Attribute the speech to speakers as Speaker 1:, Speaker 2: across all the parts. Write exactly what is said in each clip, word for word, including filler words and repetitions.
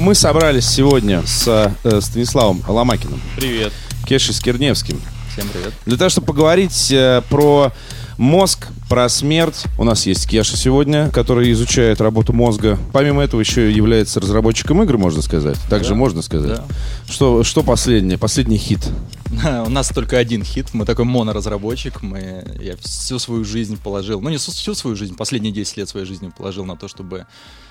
Speaker 1: Мы собрались сегодня с э, Станиславом Ломакиным.
Speaker 2: Привет.
Speaker 1: Кешей Скирневским.
Speaker 2: Всем привет.
Speaker 1: Для того, чтобы поговорить э, про мозг, про смерть. У нас есть Кеша сегодня, который изучает работу мозга. Помимо этого еще является разработчиком игр, можно сказать. Также
Speaker 2: да.
Speaker 1: можно сказать.
Speaker 2: Да.
Speaker 1: Что, что последнее? Последний хит?
Speaker 2: У нас только один хит. Мы такой моноразработчик. Мы, я всю свою жизнь положил, ну не всю свою жизнь, последние десять лет своей жизни положил на то, чтобы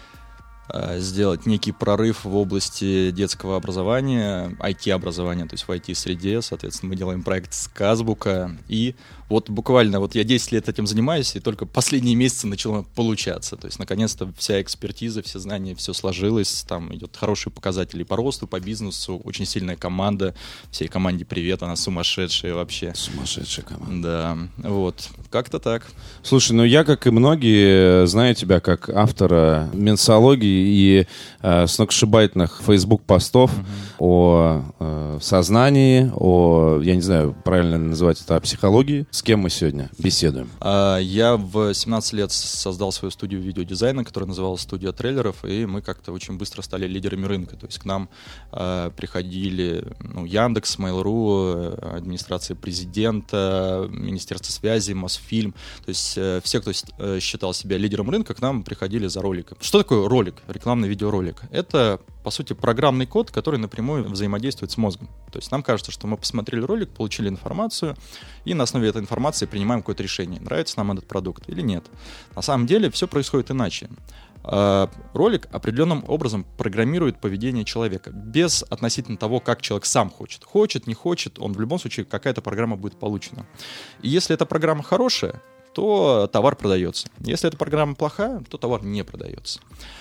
Speaker 2: э, сделать некий прорыв в области детского образования, ай ти-образования, то есть в ай ти-среде. Соответственно, мы делаем проект Сказбука. И вот буквально вот я десять лет этим занимаюсь, и только последние месяцы начало получаться. То есть, наконец-то, вся экспертиза, все знания, все сложилось. Там идет хорошие показатели по росту, по бизнесу. Очень сильная команда. Всей команде привет, она сумасшедшая вообще.
Speaker 1: Сумасшедшая команда.
Speaker 2: Да, вот. Как-то так.
Speaker 1: Слушай, ну я, как и многие, знаю тебя как автора менсологии и э, сногсшибательных фейсбук-постов mm-hmm. о э, сознании, о, я не знаю, правильно называть это, о психологии. С кем мы сегодня беседуем?
Speaker 2: Я в семнадцать лет создал свою студию видеодизайна, которая называлась «Студия трейлеров», и мы как-то очень быстро стали лидерами рынка. То есть к нам э, приходили ну, Яндекс, Mail.ru, администрация президента, Министерство связи, Мосфильм. То есть э, все, кто э, считал себя лидером рынка, к нам приходили за роликом. Что такое ролик, рекламный видеоролик? Это, по сути, программный код, который напрямую взаимодействует с мозгом. То есть нам кажется, что мы посмотрели ролик, получили информацию, и на основе этой информации принимаем какое-то решение, нравится нам этот продукт или нет. На самом деле все происходит иначе. Ролик определенным образом программирует поведение человека, без относительно того, как человек сам хочет. Хочет, не хочет, он в любом случае какая-то программа будет получена. И если эта программа хорошая, то товар продается. Если эта программа плохая, то товар не продается.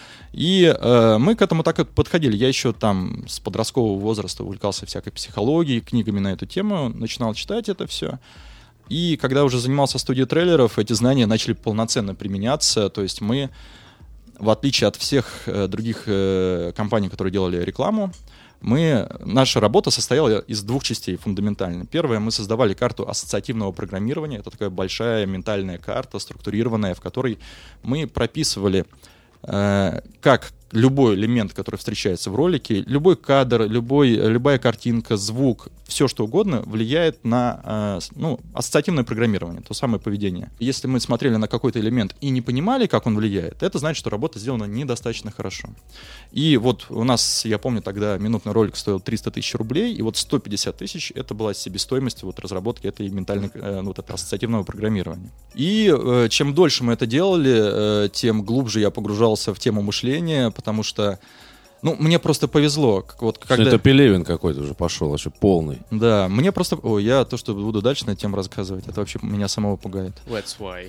Speaker 2: И э, мы к этому так и подходили. Я еще там с подросткового возраста увлекался всякой психологией, книгами на эту тему, начинал читать это все. И когда уже занимался студией трейлеров, эти знания начали полноценно применяться. То есть мы, в отличие от всех э, других э, компаний, которые делали рекламу, мы, наша работа состояла из двух частей фундаментально. Первое, мы создавали карту ассоциативного программирования. Это такая большая ментальная карта, структурированная, в которой мы прописывали, как любой элемент, который встречается в ролике, любой кадр, любой, любая картинка, звук, все что угодно влияет на ну, ассоциативное программирование, то самое поведение. Если мы смотрели на какой-то элемент и не понимали, как он влияет, это значит, что работа сделана недостаточно хорошо. И вот у нас, я помню, тогда минутный ролик стоил триста тысяч рублей, и вот сто пятьдесят тысяч это была себестоимость вот, разработки этой ментальной, ну, вот этого ассоциативного программирования. И э, чем дольше мы это делали, э, тем глубже я погружался в тему мышления, потому что, ну, мне просто повезло. Вот, когда...
Speaker 1: Это Пелевин какой-то уже пошел, вообще полный.
Speaker 2: Да, мне просто... Ой, я то, что буду дальше на эту тему рассказывать, это вообще меня самого пугает.
Speaker 3: That's why.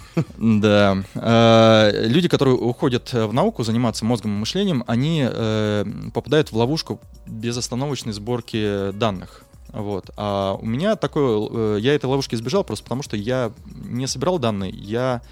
Speaker 2: Да. Э, люди, которые уходят в науку заниматься мозгом и мышлением, они э, попадают в ловушку безостановочной сборки данных. Вот. А у меня такое... Я этой ловушки избежал просто потому, что я не собирал данные, я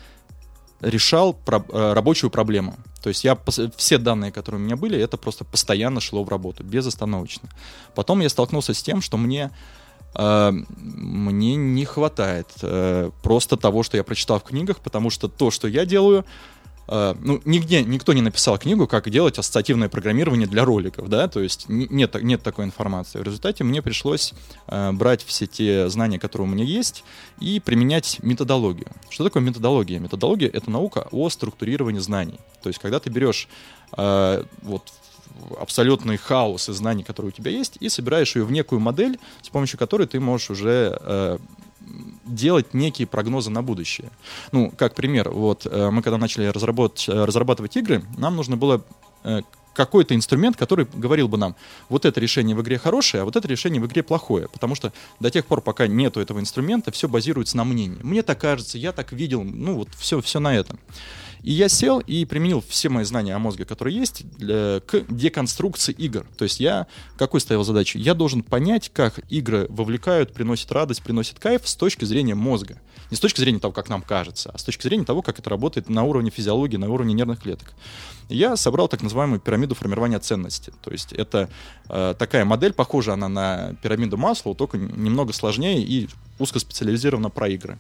Speaker 2: решал про, рабочую проблему. То есть я, все данные, которые у меня были, это просто постоянно шло в работу, безостановочно. Потом я столкнулся с тем, что мне, э, мне не хватает э, просто того, что я прочитал в книгах, потому что то, что я делаю, э, ну, нигде никто не написал книгу, как делать ассоциативное программирование для роликов, да, то есть нет, нет такой информации. В результате мне пришлось э, брать все те знания, которые у меня есть, и применять методологию. Что такое методология? Методология — это наука о структурировании знаний. То есть, когда ты берешь э, вот, абсолютный хаос из знаний, которые у тебя есть, и собираешь ее в некую модель, с помощью которой ты можешь уже э, делать некие прогнозы на будущее. Ну, как пример, вот э, мы когда начали разработ- разрабатывать игры, нам нужно было э, какой-то инструмент, который говорил бы нам, вот это решение в игре хорошее, а вот это решение в игре плохое. Потому что до тех пор, пока нету этого инструмента, все базируется на мнении. Мне так кажется, я так видел, ну вот все, все на этом. И я сел и применил все мои знания о мозге, которые есть, для, к деконструкции игр. То есть я какую ставил задачу? Я должен понять, как игры вовлекают, приносят радость, приносят кайф с точки зрения мозга. Не с точки зрения того, как нам кажется, а с точки зрения того, как это работает на уровне физиологии, на уровне нервных клеток. Я собрал так называемую пирамиду формирования ценности. То есть это э, такая модель, похожа она на пирамиду Маслоу, только немного сложнее и узкоспециализирована про игры.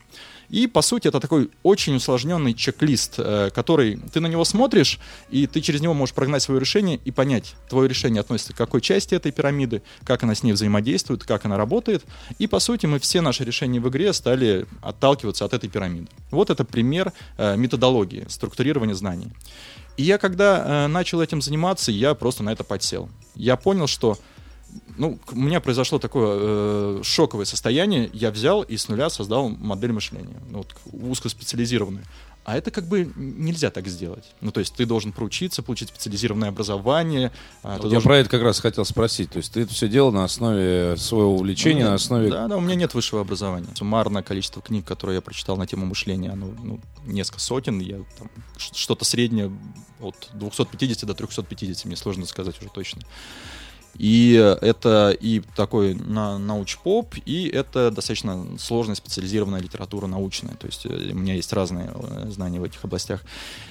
Speaker 2: И, по сути, это такой очень усложненный чек-лист, который ты на него смотришь, и ты через него можешь прогнать свое решение и понять, твое решение относится к какой части этой пирамиды, как она с ней взаимодействует, как она работает. И, по сути, мы все наши решения в игре стали отталкиваться от этой пирамиды. Вот это пример методологии, структурирования знаний. И я, когда начал этим заниматься, я просто на это подсел. Я понял, что ну, у меня произошло такое э, шоковое состояние. Я взял и с нуля создал модель мышления, ну, вот, узкоспециализированную. А это как бы нельзя так сделать. Ну, то есть ты должен проучиться, получить специализированное образование.
Speaker 1: Вот я
Speaker 2: должен...
Speaker 1: про это как раз хотел спросить. То есть ты это все делал на основе своего увлечения, ну,
Speaker 2: на
Speaker 1: основе...
Speaker 2: Да, да, у меня нет высшего образования. Суммарное количество книг, которые я прочитал на тему мышления, оно ну, несколько сотен. Я там, что-то среднее от двухсот пятидесяти до трехсот пятидесяти, мне сложно сказать уже точно. И это и такой на, научпоп, и это достаточно сложная специализированная литература научная. То есть у меня есть разные знания в этих областях.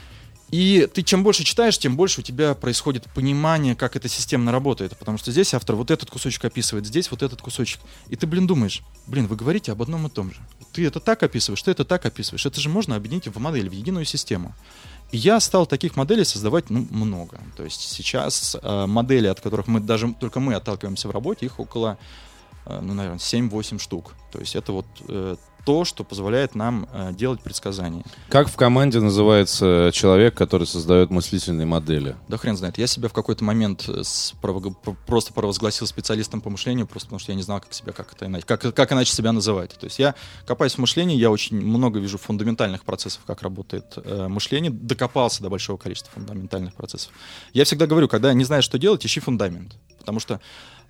Speaker 2: И ты чем больше читаешь, тем больше у тебя происходит понимание, как эта системно работает. Потому что здесь автор вот этот кусочек описывает, здесь вот этот кусочек. И ты, блин, думаешь, блин, вы говорите об одном и том же. Ты это так описываешь, ты это так описываешь. Это же можно объединить в модель, в единую систему. И я стал таких моделей создавать ну, много. То есть сейчас э, модели, от которых мы даже только мы отталкиваемся в работе, их около, э, ну, наверное, семь-восемь штук. То есть это вот э, то, что позволяет нам э, делать предсказания.
Speaker 1: Как в команде называется человек, который создает мыслительные модели?
Speaker 2: Да хрен знает. Я себя в какой-то момент с, прово, просто провозгласил специалистом по мышлению, просто потому что я не знал, как себя, как это иначе, как, как иначе себя называть. То есть я копаюсь в мышлении, я очень много вижу фундаментальных процессов, как работает э, мышление, докопался до большого количества фундаментальных процессов. Я всегда говорю, когда не знаешь, что делать, ищи фундамент. Потому что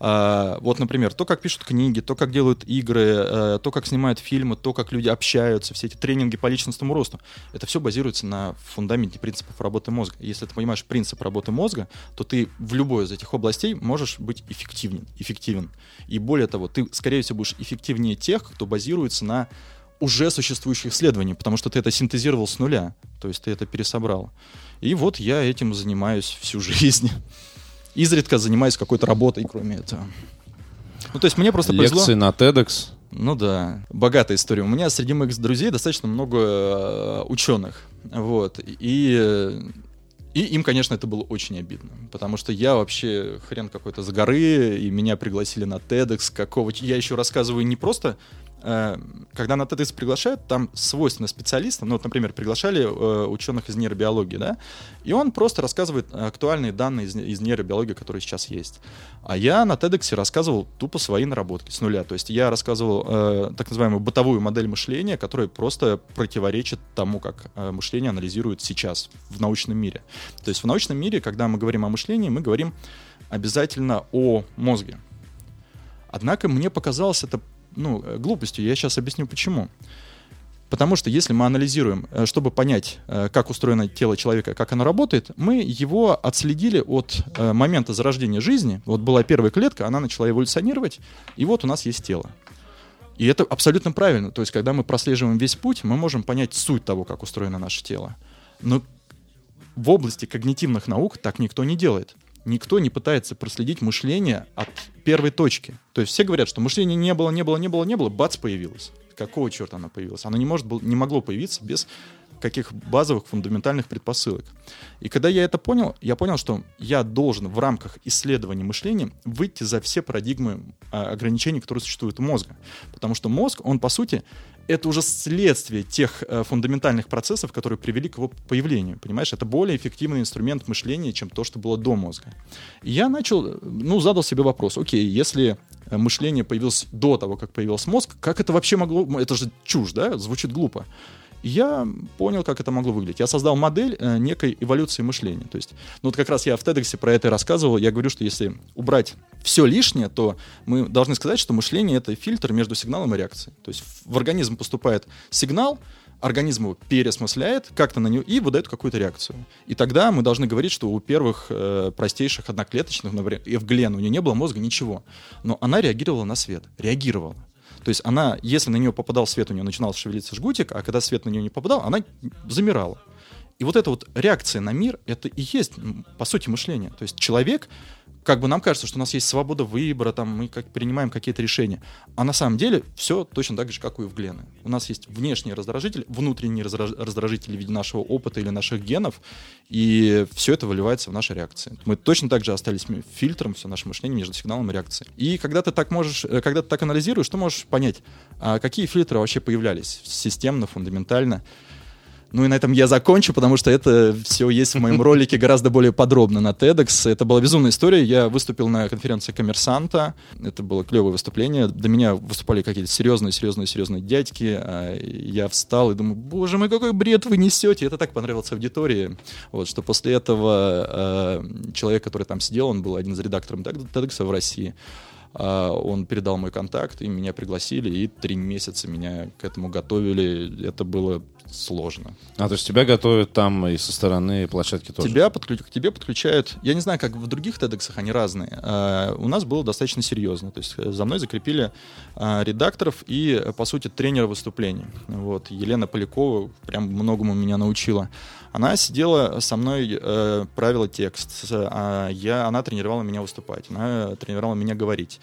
Speaker 2: Uh, вот, например, то, как пишут книги, то, как делают игры, uh, то, как снимают фильмы, то, как люди общаются, все эти тренинги по личностному росту, это все базируется на фундаменте принципов работы мозга. Если ты понимаешь принцип работы мозга, то ты в любой из этих областей можешь быть эффективен, эффективен. И более того, ты, скорее всего, будешь эффективнее тех, кто базируется на уже существующих исследованиях, потому что ты это синтезировал с нуля, то есть ты это пересобрал. И вот я этим занимаюсь всю жизнь. Изредка занимаюсь какой-то работой, кроме этого. Ну, то есть мне просто повезло.
Speaker 1: Лекции на TEDx.
Speaker 2: Ну да, богатая история. У меня среди моих друзей достаточно много э, ученых. Вот. И, и им, конечно, это было очень обидно. Потому что я вообще хрен какой-то с горы, и меня пригласили на TEDx. Какого... Я еще рассказываю не просто... Когда на TEDx приглашают, там свойственно специалистам, ну вот, например, приглашали э, ученых из нейробиологии, да, и он просто рассказывает актуальные данные из, из нейробиологии, которые сейчас есть. А я на TEDx рассказывал тупо свои наработки с нуля. То есть я рассказывал э, так называемую бытовую модель мышления, которая просто противоречит тому, как э, мышление анализируют сейчас в научном мире. То есть в научном мире, когда мы говорим о мышлении, мы говорим обязательно о мозге. Однако мне показалось это ну, глупостью. Я сейчас объясню, почему. Потому что если мы анализируем, чтобы понять, как устроено тело человека, как оно работает, мы его отследили от момента зарождения жизни. Вот была первая клетка, она начала эволюционировать, и вот у нас есть тело. И это абсолютно правильно. То есть, когда мы прослеживаем весь путь, мы можем понять суть того, как устроено наше тело. Но в области когнитивных наук так никто не делает. Никто не пытается проследить мышление от первой точки. То есть все говорят, что мышления не было, не было, не было, не было, бац, появилось. Какого черта оно появилось? Оно не, может, не могло появиться без каких базовых фундаментальных предпосылок. И когда я это понял, я понял, что я должен в рамках исследования мышления выйти за все парадигмы а, ограничений, которые существуют у мозга. Потому что мозг, он, по сути, это уже следствие тех э, фундаментальных процессов, которые привели к его появлению. Понимаешь, это более эффективный инструмент мышления, чем то, что было до мозга. И я начал, ну, задал себе вопрос, окей, если мышление появилось до того, как появился мозг, как это вообще могло... Это же чушь, да? Звучит глупо. И я понял, как это могло выглядеть. Я создал модель э, некой эволюции мышления. То есть, ну вот как раз я в TEDx про это рассказывал. Я говорю, что если убрать все лишнее, то мы должны сказать, что мышление — это фильтр между сигналом и реакцией. То есть в организм поступает сигнал, организм его переосмысляет как-то на него и выдает какую-то реакцию. И тогда мы должны говорить, что у первых э, простейших одноклеточных, например, Эвглен, у нее не было мозга, ничего. Но она реагировала на свет. Реагировала. То есть она, если на нее попадал свет, у нее начинал шевелиться жгутик, а когда свет на нее не попадал, она замирала. И вот эта вот реакция на мир, это и есть, по сути, мышление. То есть человек, как бы нам кажется, что у нас есть свобода выбора, там, мы как принимаем какие-то решения. А на самом деле все точно так же, как у Евглена. У нас есть внешние раздражители, внутренние раздражители в виде нашего опыта или наших генов, и все это выливается в наши реакции. Мы точно так же остались фильтром, все наше мышление между сигналом и реакцией. И когда ты так можешь, когда ты так анализируешь, ты можешь понять, а какие фильтры вообще появлялись системно, фундаментально. Ну и на этом я закончу, потому что это все есть в моем ролике гораздо более подробно на TEDx. Это была безумная история. Я выступил на конференции «Коммерсанта». Это было клевое выступление. До меня выступали какие-то серьезные-серьезные-серьезные дядьки. Я встал и думаю, боже мой, какой бред вы несете. Это так понравилось аудитории, вот, что после этого э, человек, который там сидел, он был один из редакторов TEDx в России. Он передал мой контакт, и меня пригласили, и три месяца меня к этому готовили. Это было сложно.
Speaker 1: А, то есть тебя готовят там и со стороны площадки тоже?
Speaker 2: Тебя подключ... К тебе подключают... Я не знаю, как в других TEDx'ах они разные. А у нас было достаточно серьезно. То есть за мной закрепили а, редакторов и, по сути, тренера выступлений. Вот. Елена Полякова прям многому меня научила. Она сидела со мной, э, правила текст. А я... Она тренировала меня выступать. Она тренировала меня говорить.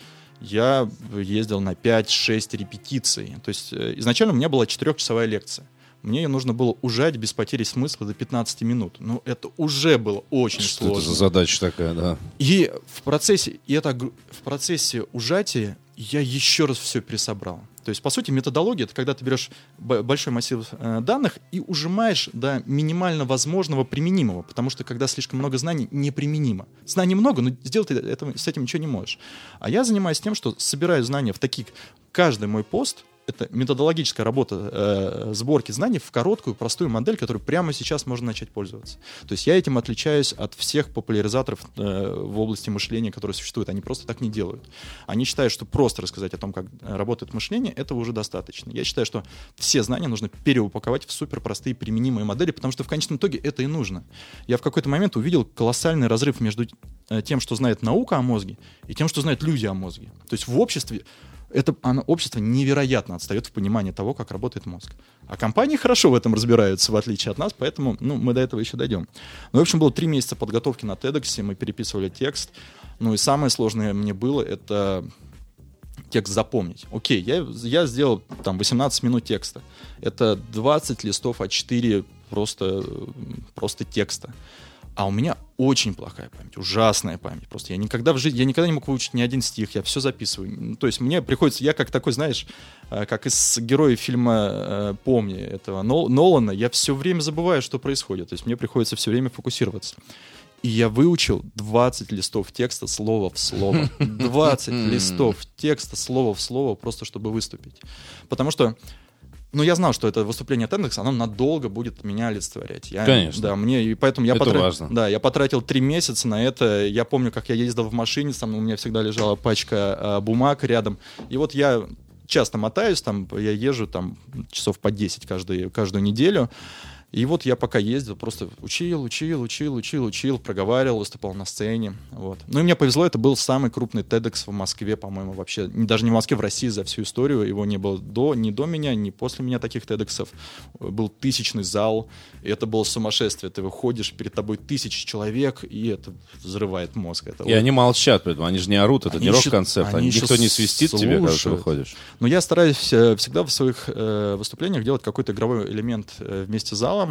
Speaker 2: Я ездил на пять-шесть репетиций. То есть изначально у меня была четырехчасовая лекция. Мне ее нужно было ужать без потери смысла до пятнадцати минут. Ну, это уже было очень
Speaker 1: что
Speaker 2: сложно.
Speaker 1: Что это за задача такая, да?
Speaker 2: И в процессе, и это, в процессе ужатия я еще раз все пересобрал. То есть, по сути, методология — это когда ты берешь большой массив э, данных и ужимаешь до минимально возможного применимого, потому что когда слишком много знаний, неприменимо. Знаний много, но сделать это, с этим ничего не можешь. А я занимаюсь тем, что собираю знания в такие... Каждый мой пост — это методологическая работа э, сборки знаний в короткую, простую модель, которую прямо сейчас можно начать пользоваться. То есть я этим отличаюсь от всех популяризаторов э, в области мышления, которые существуют. Они просто так не делают. Они считают, что просто рассказать о том, как работает мышление, этого уже достаточно. Я считаю, что все знания нужно переупаковать в суперпростые применимые модели, потому что в конечном итоге это и нужно. Я в какой-то момент увидел колоссальный разрыв между тем, что знает наука о мозге, и тем, что знают люди о мозге. То есть в обществе Это оно, общество невероятно отстает в понимании того, как работает мозг. А компании хорошо в этом разбираются, в отличие от нас, поэтому ну, мы до этого еще дойдем. Ну, в общем, было три месяца подготовки на TEDx, мы переписывали текст. Ну и самое сложное мне было — это текст запомнить. Окей, я, я сделал там восемнадцать минут текста. Это двадцать листов а четыре просто, просто текста. А у меня очень плохая память, ужасная память. Просто я никогда в жизни, я никогда не мог выучить ни один стих, я все записываю. То есть мне приходится, я как такой, знаешь, как из героя фильма «Помни» этого Нолана, я все время забываю, что происходит. То есть мне приходится все время фокусироваться. И я выучил двадцать листов текста слово в слово. двадцать листов текста слово в слово, просто чтобы выступить. Потому что ну, я знал, что это выступление TEDx, оно надолго будет меня олицетворять. Я,
Speaker 1: Конечно.
Speaker 2: Да, мне, и поэтому я,
Speaker 1: это
Speaker 2: потра...
Speaker 1: важно.
Speaker 2: Да, я потратил три месяца на это. Я помню, как я ездил в машине, там у меня всегда лежала пачка а, бумаг рядом. И вот я часто мотаюсь, там, я езжу там, часов по десять каждую, каждую неделю. И вот я пока ездил, просто учил, учил, учил, учил, учил, проговаривал, выступал на сцене. Вот. Ну и мне повезло, это был самый крупный TEDx в Москве, по-моему, вообще. Даже не в Москве, в России за всю историю. Его не было до, ни до меня, ни после меня таких TEDx'ов. Был тысячный зал, и это было сумасшествие. Ты выходишь, перед тобой тысячи человек, и это взрывает мозг. Это
Speaker 1: и вот. Они молчат, поэтому они же не орут, это они не рок-концерт, они никто не свистит
Speaker 2: слушают.
Speaker 1: Тебе, когда ты выходишь.
Speaker 2: Но я стараюсь всегда в своих э, выступлениях делать какой-то игровой элемент э, вместе с залом.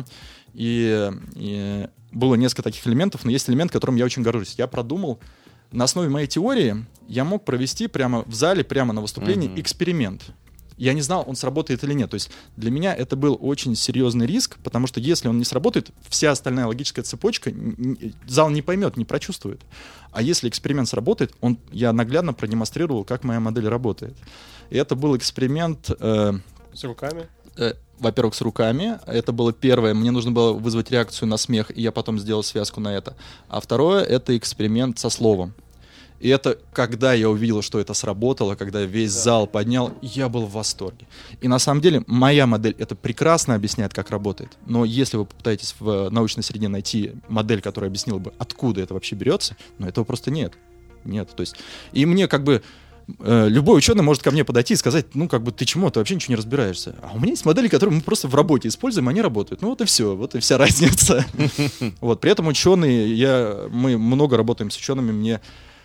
Speaker 2: И, и было несколько таких элементов, но есть элемент, которым я очень горжусь. Я продумал, на основе моей теории я мог провести прямо в зале, прямо на выступлении mm-hmm. эксперимент. Я не знал, он сработает или нет. То есть для меня это был очень серьезный риск, потому что если он не сработает, вся остальная логическая цепочка зал не поймет, не прочувствует. А если эксперимент сработает, он, я наглядно продемонстрировал, как моя модель работает. И это был эксперимент... Э,
Speaker 3: с руками?
Speaker 2: Э, во-первых, с руками. Это было первое. Мне нужно было вызвать реакцию на смех, и я потом сделал связку на это. А второе — это эксперимент со словом. И это, когда я увидел, что это сработало, когда весь да. зал поднял, я был в восторге. И на самом деле моя модель это прекрасно объясняет, как работает. Но если вы попытаетесь в научной среде найти модель, которая объяснила бы, откуда это вообще берется, ну этого просто нет. Нет. То есть, и мне как бы любой ученый может ко мне подойти и сказать, ну, как бы, ты чему, ты вообще ничего не разбираешься. А у меня есть модели, которые мы просто в работе используем, они работают. Ну, вот и все, вот и вся разница. Вот, при этом ученые, я, мы много работаем с учеными, мне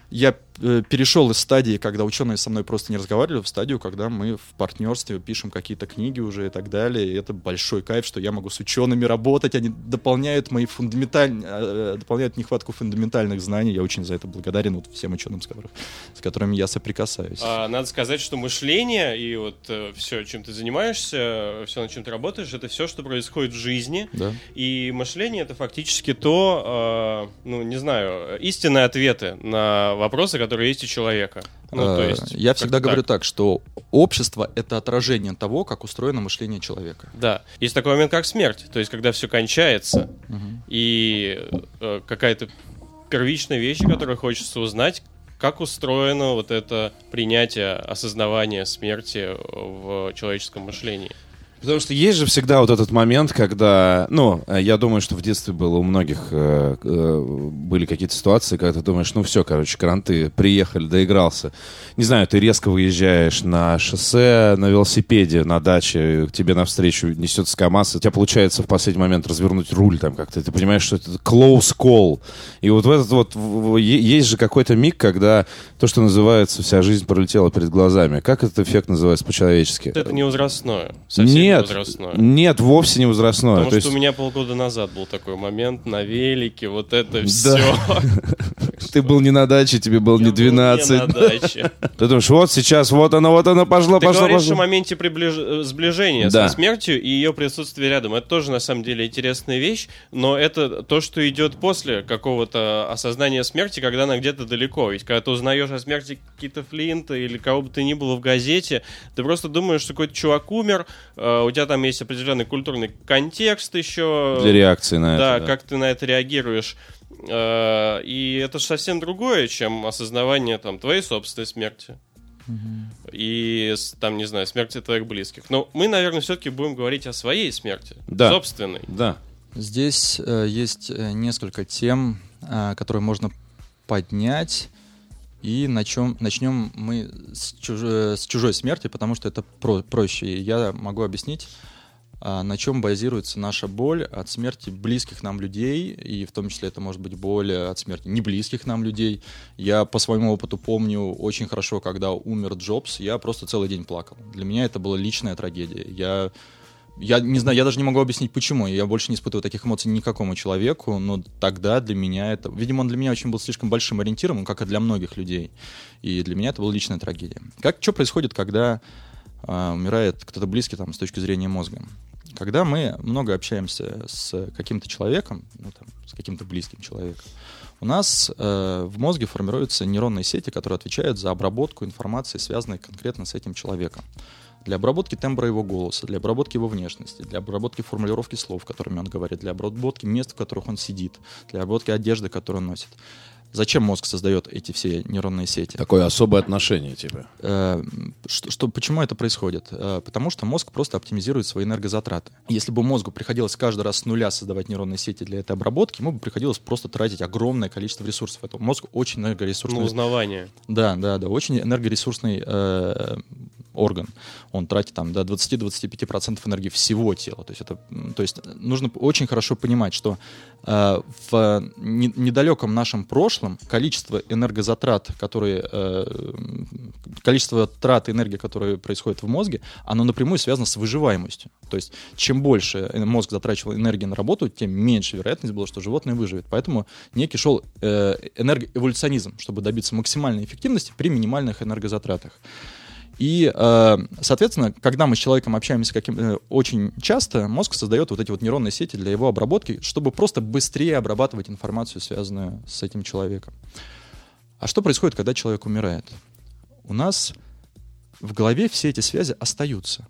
Speaker 2: я э, перешел из стадии, когда ученые со мной просто не разговаривали, в стадию, когда мы в партнерстве пишем какие-то книги уже и так далее. И это большой кайф, что я могу с учеными работать. Они дополняют мои фундаментальные, э, дополняют нехватку фундаментальных знаний. Я очень за это благодарен вот всем ученым, с, которых, с которыми я соприкасаюсь.
Speaker 3: А, надо сказать, что мышление и вот э, все, чем ты занимаешься, все, над чем ты работаешь, это все, что происходит в жизни.
Speaker 2: Да.
Speaker 3: И мышление — это фактически то, э, ну, не знаю, истинные ответы на вопросы, которые есть у человека. Ну, то есть,
Speaker 2: я всегда
Speaker 3: так.
Speaker 2: говорю так, что общество — это отражение того, как устроено мышление человека.
Speaker 3: Да. Есть такой момент, как смерть. То есть, когда все кончается, угу. и э, какая-то первичная вещь, которую хочется узнать, как устроено вот это принятие, осознавание смерти в человеческом мышлении.
Speaker 1: Потому что есть же всегда вот этот момент, когда, ну, я думаю, что в детстве было у многих, э, э, были какие-то ситуации, когда ты думаешь, ну все, короче, кранты, приехали, доигрался. Не знаю, ты резко выезжаешь на шоссе, на велосипеде, на даче, к тебе навстречу несется КамАЗ, и у тебя получается в последний момент развернуть руль там как-то, ты понимаешь, что это close call. И вот в этот вот, в, в, есть же какой-то миг, когда то, что называется, вся жизнь пролетела перед глазами. Как этот эффект называется по-человечески?
Speaker 3: Это не возрастное. Совсем
Speaker 1: Нет,
Speaker 3: возрастное.
Speaker 1: Нет, вовсе не возрастное.
Speaker 3: Потому
Speaker 1: То
Speaker 3: что
Speaker 1: есть...
Speaker 3: у меня полгода назад был такой момент на велике, вот это
Speaker 1: Да.
Speaker 3: все.
Speaker 1: Ты был не на даче, тебе было не двенадцать.
Speaker 3: Я был не на даче.
Speaker 1: Ты думаешь, вот сейчас, вот оно, вот оно, пошло,
Speaker 3: Ты
Speaker 1: пошло,
Speaker 3: говоришь
Speaker 1: пошло.
Speaker 3: о моменте приближ... сближения
Speaker 1: Да.
Speaker 3: со смертью и ее присутствие рядом. Это тоже, на самом деле, интересная вещь, но это то, что идет после какого-то осознания смерти, когда она где-то далеко. Ведь когда ты узнаешь о смерти Кита Флинта или кого бы то ни было в газете, ты просто думаешь, что какой-то чувак умер, э, у тебя там есть определенный культурный контекст еще.
Speaker 1: Для реакции на
Speaker 3: да,
Speaker 1: это. Да,
Speaker 3: как ты на это реагируешь. Э, и это же совсем другое, чем осознавание там, твоей собственной смерти. И, там, не знаю, смерти твоих близких. Но мы, наверное, все-таки будем говорить о своей смерти,
Speaker 1: да.
Speaker 3: собственной.
Speaker 1: Да.
Speaker 2: Здесь э, есть несколько тем, э, которые можно поднять. И на чем, начнем мы с, чуж... с чужой смерти, потому что это про... проще. И я могу объяснить, э, на чем базируется наша боль от смерти близких нам людей, и в том числе это может быть боль от смерти неблизких нам людей. Я по своему опыту помню очень хорошо, когда умер Джобс, я просто целый день плакал. Для меня это была личная трагедия. Я, я не знаю, я даже не могу объяснить, почему. Я больше не испытываю таких эмоций ни к какому человеку, но тогда для меня это... Видимо, он для меня очень был слишком большим ориентиром, как и для многих людей. И для меня это была личная трагедия. Как, что происходит, когда э, умирает кто-то близкий там, с точки зрения мозга? Когда мы много общаемся с каким-то человеком, ну, там, с каким-то близким человеком, у нас э, в мозге формируются нейронные сети, которые отвечают за обработку информации, связанной конкретно с этим человеком. Для обработки тембра его голоса, для обработки его внешности, для обработки формулировки слов, которыми он говорит, для обработки мест, в которых он сидит, для обработки одежды, которую он носит. Зачем мозг создает эти все нейронные сети?
Speaker 1: Такое особое отношение, типа.
Speaker 2: Э, что, что, почему это происходит? Э, потому что мозг просто оптимизирует свои энергозатраты. Если бы мозгу приходилось каждый раз с нуля создавать нейронные сети для этой обработки, ему бы приходилось просто тратить огромное количество ресурсов. Это мозг очень энергоресурсный.
Speaker 3: Ну, узнавание.
Speaker 2: Да, да, да, очень энергоресурсный э, орган. Он тратит там до двадцать-двадцать пять процентов энергии всего тела. То есть, это, то есть нужно очень хорошо понимать, что э, в не, недалеком нашем прошлом количество энергозатрат, которые, э, количество трат энергии, которые происходят в мозге, оно напрямую связано с выживаемостью. То есть чем больше мозг затрачивал энергии на работу, тем меньше вероятность была, что животное выживет. Поэтому некий шел э, энергоэволюционизм, чтобы добиться максимальной эффективности при минимальных энергозатратах. И, соответственно, когда мы с человеком общаемся каким, очень часто, мозг создает вот эти вот нейронные сети для его обработки, чтобы просто быстрее обрабатывать информацию, связанную с этим человеком. А что происходит, когда человек умирает? У нас в голове все эти связи остаются,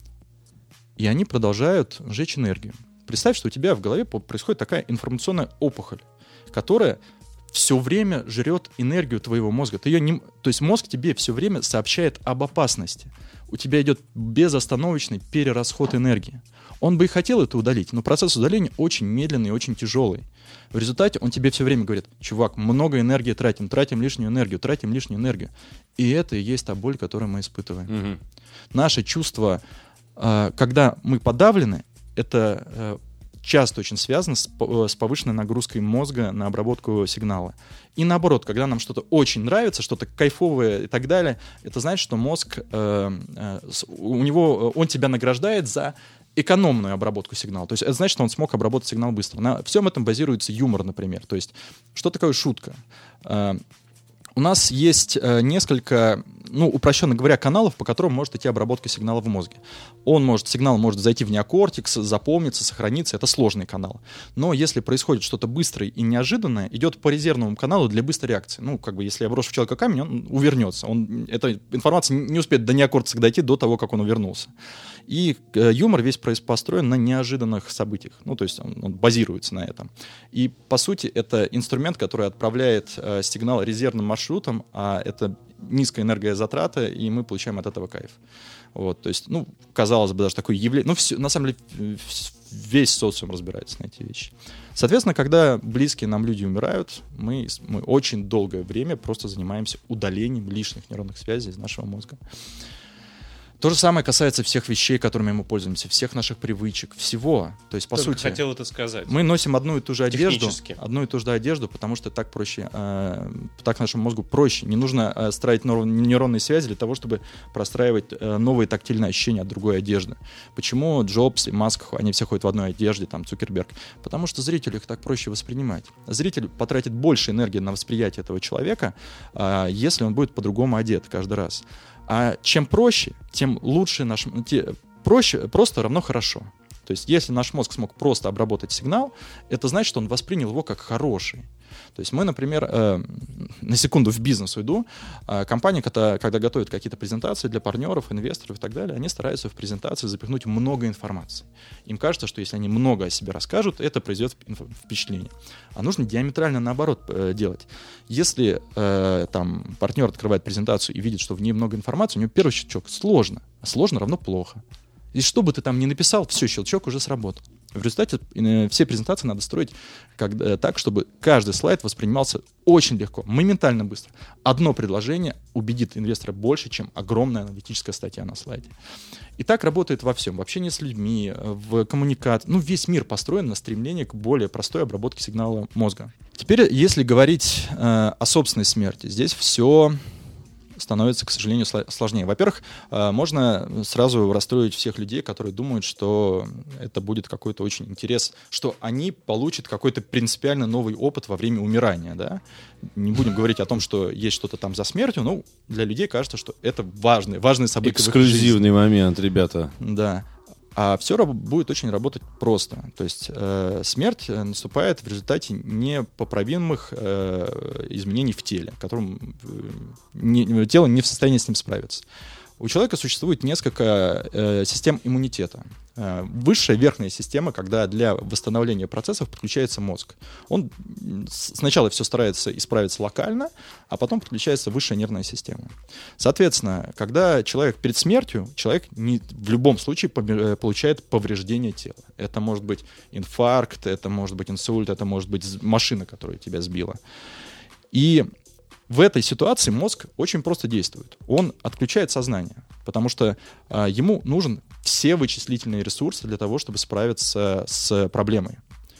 Speaker 2: и они продолжают жечь энергию. Представь, что у тебя в голове происходит такая информационная опухоль, которая все время жрет энергию твоего мозга. Ты ее не... То есть мозг тебе все время сообщает об опасности. У тебя идет безостановочный перерасход энергии. Он бы и хотел это удалить, но процесс удаления очень медленный и очень тяжелый. В результате он тебе все время говорит: чувак, много энергии тратим, тратим лишнюю энергию, тратим лишнюю энергию. И это и есть та боль, которую мы испытываем. Угу. Наши чувства, когда мы подавлены, это часто очень связано с, с повышенной нагрузкой мозга на обработку сигнала. И наоборот, когда нам что-то очень нравится, что-то кайфовое и так далее, это значит, что мозг, э, э, у него, он тебя награждает за экономную обработку сигнала. То есть это значит, что он смог обработать сигнал быстро. На всем этом базируется юмор, например. То есть что такое шутка? Э, у нас есть э, несколько, ну, упрощенно говоря, каналов, по которым может идти обработка сигнала в мозге. Он может, сигнал может зайти в неокортекс, запомниться, сохраниться. Это сложный канал. Но если происходит что-то быстрое и неожиданное, идет по резервному каналу для быстрой реакции. Ну, как бы, если я брошу в человека камень, он увернется. Он, эта информация не успеет до неокортекса дойти до того, как он увернулся. И э, юмор весь построен на неожиданных событиях. Ну, то есть он, он базируется на этом. И, по сути, это инструмент, который отправляет э, сигнал резервным маршрутом, а это низкая энергозатрата, и мы получаем от этого кайф. Вот, то есть, ну, казалось бы, даже такое явление... Ну, все, на самом деле, весь социум разбирается на эти вещи. Соответственно, когда близкие нам люди умирают, мы, мы очень долгое время просто занимаемся удалением лишних нейронных связей из нашего мозга. То же самое касается всех вещей, которыми мы пользуемся, всех наших привычек, всего. То есть, по
Speaker 3: Только
Speaker 2: сути,
Speaker 3: хотел это сказать.
Speaker 2: Мы носим одну и ту же одежду,
Speaker 3: Технически.
Speaker 2: одну и ту же одежду, потому что так проще, э, так нашему мозгу проще. Не нужно э, строить нейронные связи для того, чтобы простраивать э, новые тактильные ощущения от другой одежды. Почему Джобс и Маск, они все ходят в одной одежде, там Цукерберг? Потому что зрителю их так проще воспринимать. Зритель потратит больше энергии на восприятие этого человека, э, если он будет по-другому одет каждый раз. А чем проще, тем лучше наш... Те, проще просто равно хорошо. То есть если наш мозг смог просто обработать сигнал, это значит, что он воспринял его как хороший. То есть мы, например, э, на секунду в бизнес уйду, э, компания, когда, когда готовит какие-то презентации для партнеров, инвесторов и так далее, они стараются в презентации запихнуть много информации. Им кажется, что если они много о себе расскажут, это произведет впечатление. А нужно диаметрально наоборот э, делать. Если э, там партнер открывает презентацию и видит, что в ней много информации, у него первый щелчок сложно, а сложно равно плохо. И что бы ты там ни написал, все, щелчок уже сработал. В результате э, все презентации надо строить как, э, так, чтобы каждый слайд воспринимался очень легко, моментально быстро. Одно предложение убедит инвестора больше, чем огромная аналитическая статья на слайде. И так работает во всем. В общении с людьми, в коммуникации. Ну, весь мир построен на стремлении к более простой обработке сигнала мозга. Теперь, если говорить э, о собственной смерти, здесь все становится, к сожалению, сложнее. Во-первых, можно сразу расстроить всех людей, которые думают, что это будет какой-то очень интерес, что они получат какой-то принципиально новый опыт во время умирания. Да? Не будем говорить о том, что есть что-то там за смертью, но для людей кажется, что это важное, важное событие.
Speaker 1: Эксклюзивный момент, ребята.
Speaker 2: Да. А все раб- будет очень работать просто. То есть э, смерть наступает в результате непоправимых э, изменений в теле, которым э, не, тело не в состоянии с ним справиться. У человека существует несколько э, систем иммунитета. Э, высшая верхняя система, когда для восстановления процессов подключается мозг. Он сначала все старается исправиться локально, а потом подключается высшая нервная система. Соответственно, когда человек перед смертью, человек не, в любом случае получает повреждение тела. Это может быть инфаркт, это может быть инсульт, это может быть машина, которая тебя сбила. И в этой ситуации мозг очень просто действует. Он отключает сознание, потому что э, ему нужен все вычислительные ресурсы для того, чтобы справиться с проблемой.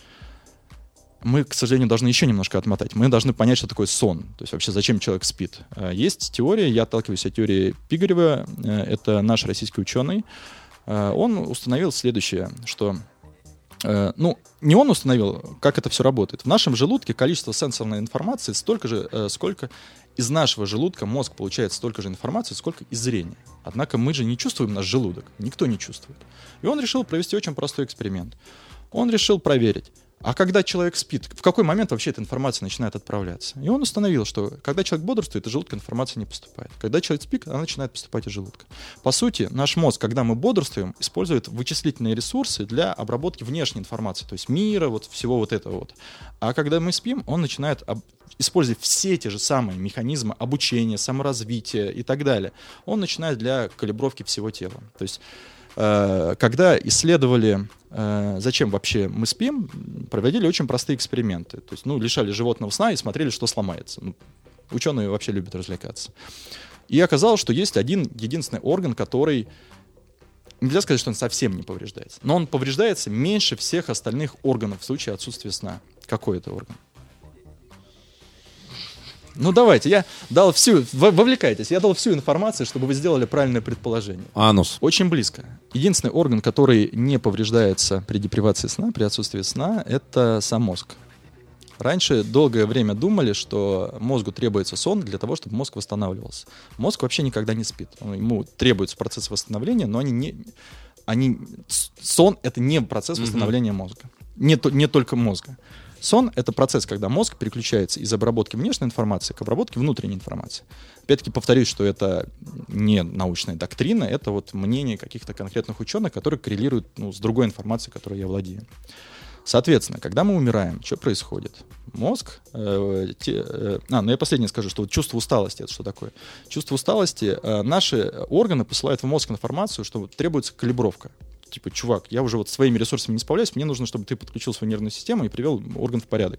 Speaker 2: Мы, к сожалению, должны еще немножко отмотать. Мы должны понять, что такое сон. То есть вообще зачем человек спит. Э, есть теория, я отталкиваюсь от теории Пигарева, э, это наш российский ученый. Э, он установил следующее, что... Ну, не он установил, как это все работает. В нашем желудке количество сенсорной информации столько же, сколько из нашего желудка мозг получает столько же информации, сколько из зрения. Однако мы же не чувствуем наш желудок. Никто не чувствует. И он решил провести очень простой эксперимент. Он решил проверить, а когда человек спит, в какой момент вообще эта информация начинает отправляться? И он установил, что когда человек бодрствует, из желудка информация не поступает. Когда человек спит, она начинает поступать из желудка. По сути, наш мозг, когда мы бодрствуем, использует вычислительные ресурсы для обработки внешней информации, то есть мира, вот всего вот этого вот. А когда мы спим, он начинает об... использовать все те же самые механизмы обучения, саморазвития и так далее. Он начинает для калибровки всего тела. То есть когда исследовали, зачем вообще мы спим, проводили очень простые эксперименты. То есть, ну, лишали животного сна и смотрели, что сломается. Ну, ученые вообще любят развлекаться. И оказалось, что есть один единственный орган, который нельзя сказать, что он совсем не повреждается, но он повреждается меньше всех остальных органов в случае отсутствия сна. Какой это орган? Ну давайте, я дал всю, вовлекайтесь, я дал всю информацию, чтобы вы сделали правильное предположение.
Speaker 1: Анус.
Speaker 2: Очень близко. Единственный орган, который не повреждается при депривации сна, при отсутствии сна, это сам мозг. Раньше долгое время думали, что мозгу требуется сон для того, чтобы мозг восстанавливался. Мозг вообще никогда не спит. Ему требуется процесс восстановления, но они не, они, сон — это не процесс восстановления mm-hmm. мозга. Не, не только мозга. Сон — это процесс, когда мозг переключается из обработки внешней информации к обработке внутренней информации. Опять-таки повторюсь, что это не научная доктрина, это вот мнение каких-то конкретных ученых, которые коррелируют ну, с другой информацией, которой я владею. Соответственно, когда мы умираем, что происходит? Мозг... Э, те, э, а, ну я последнее скажу, что вот чувство усталости — это что такое? Чувство усталости э, наши органы посылают в мозг информацию, что требуется калибровка. Типа, чувак, я уже вот своими ресурсами не справляюсь, мне нужно, чтобы ты подключил свою нервную систему и привел орган в порядок.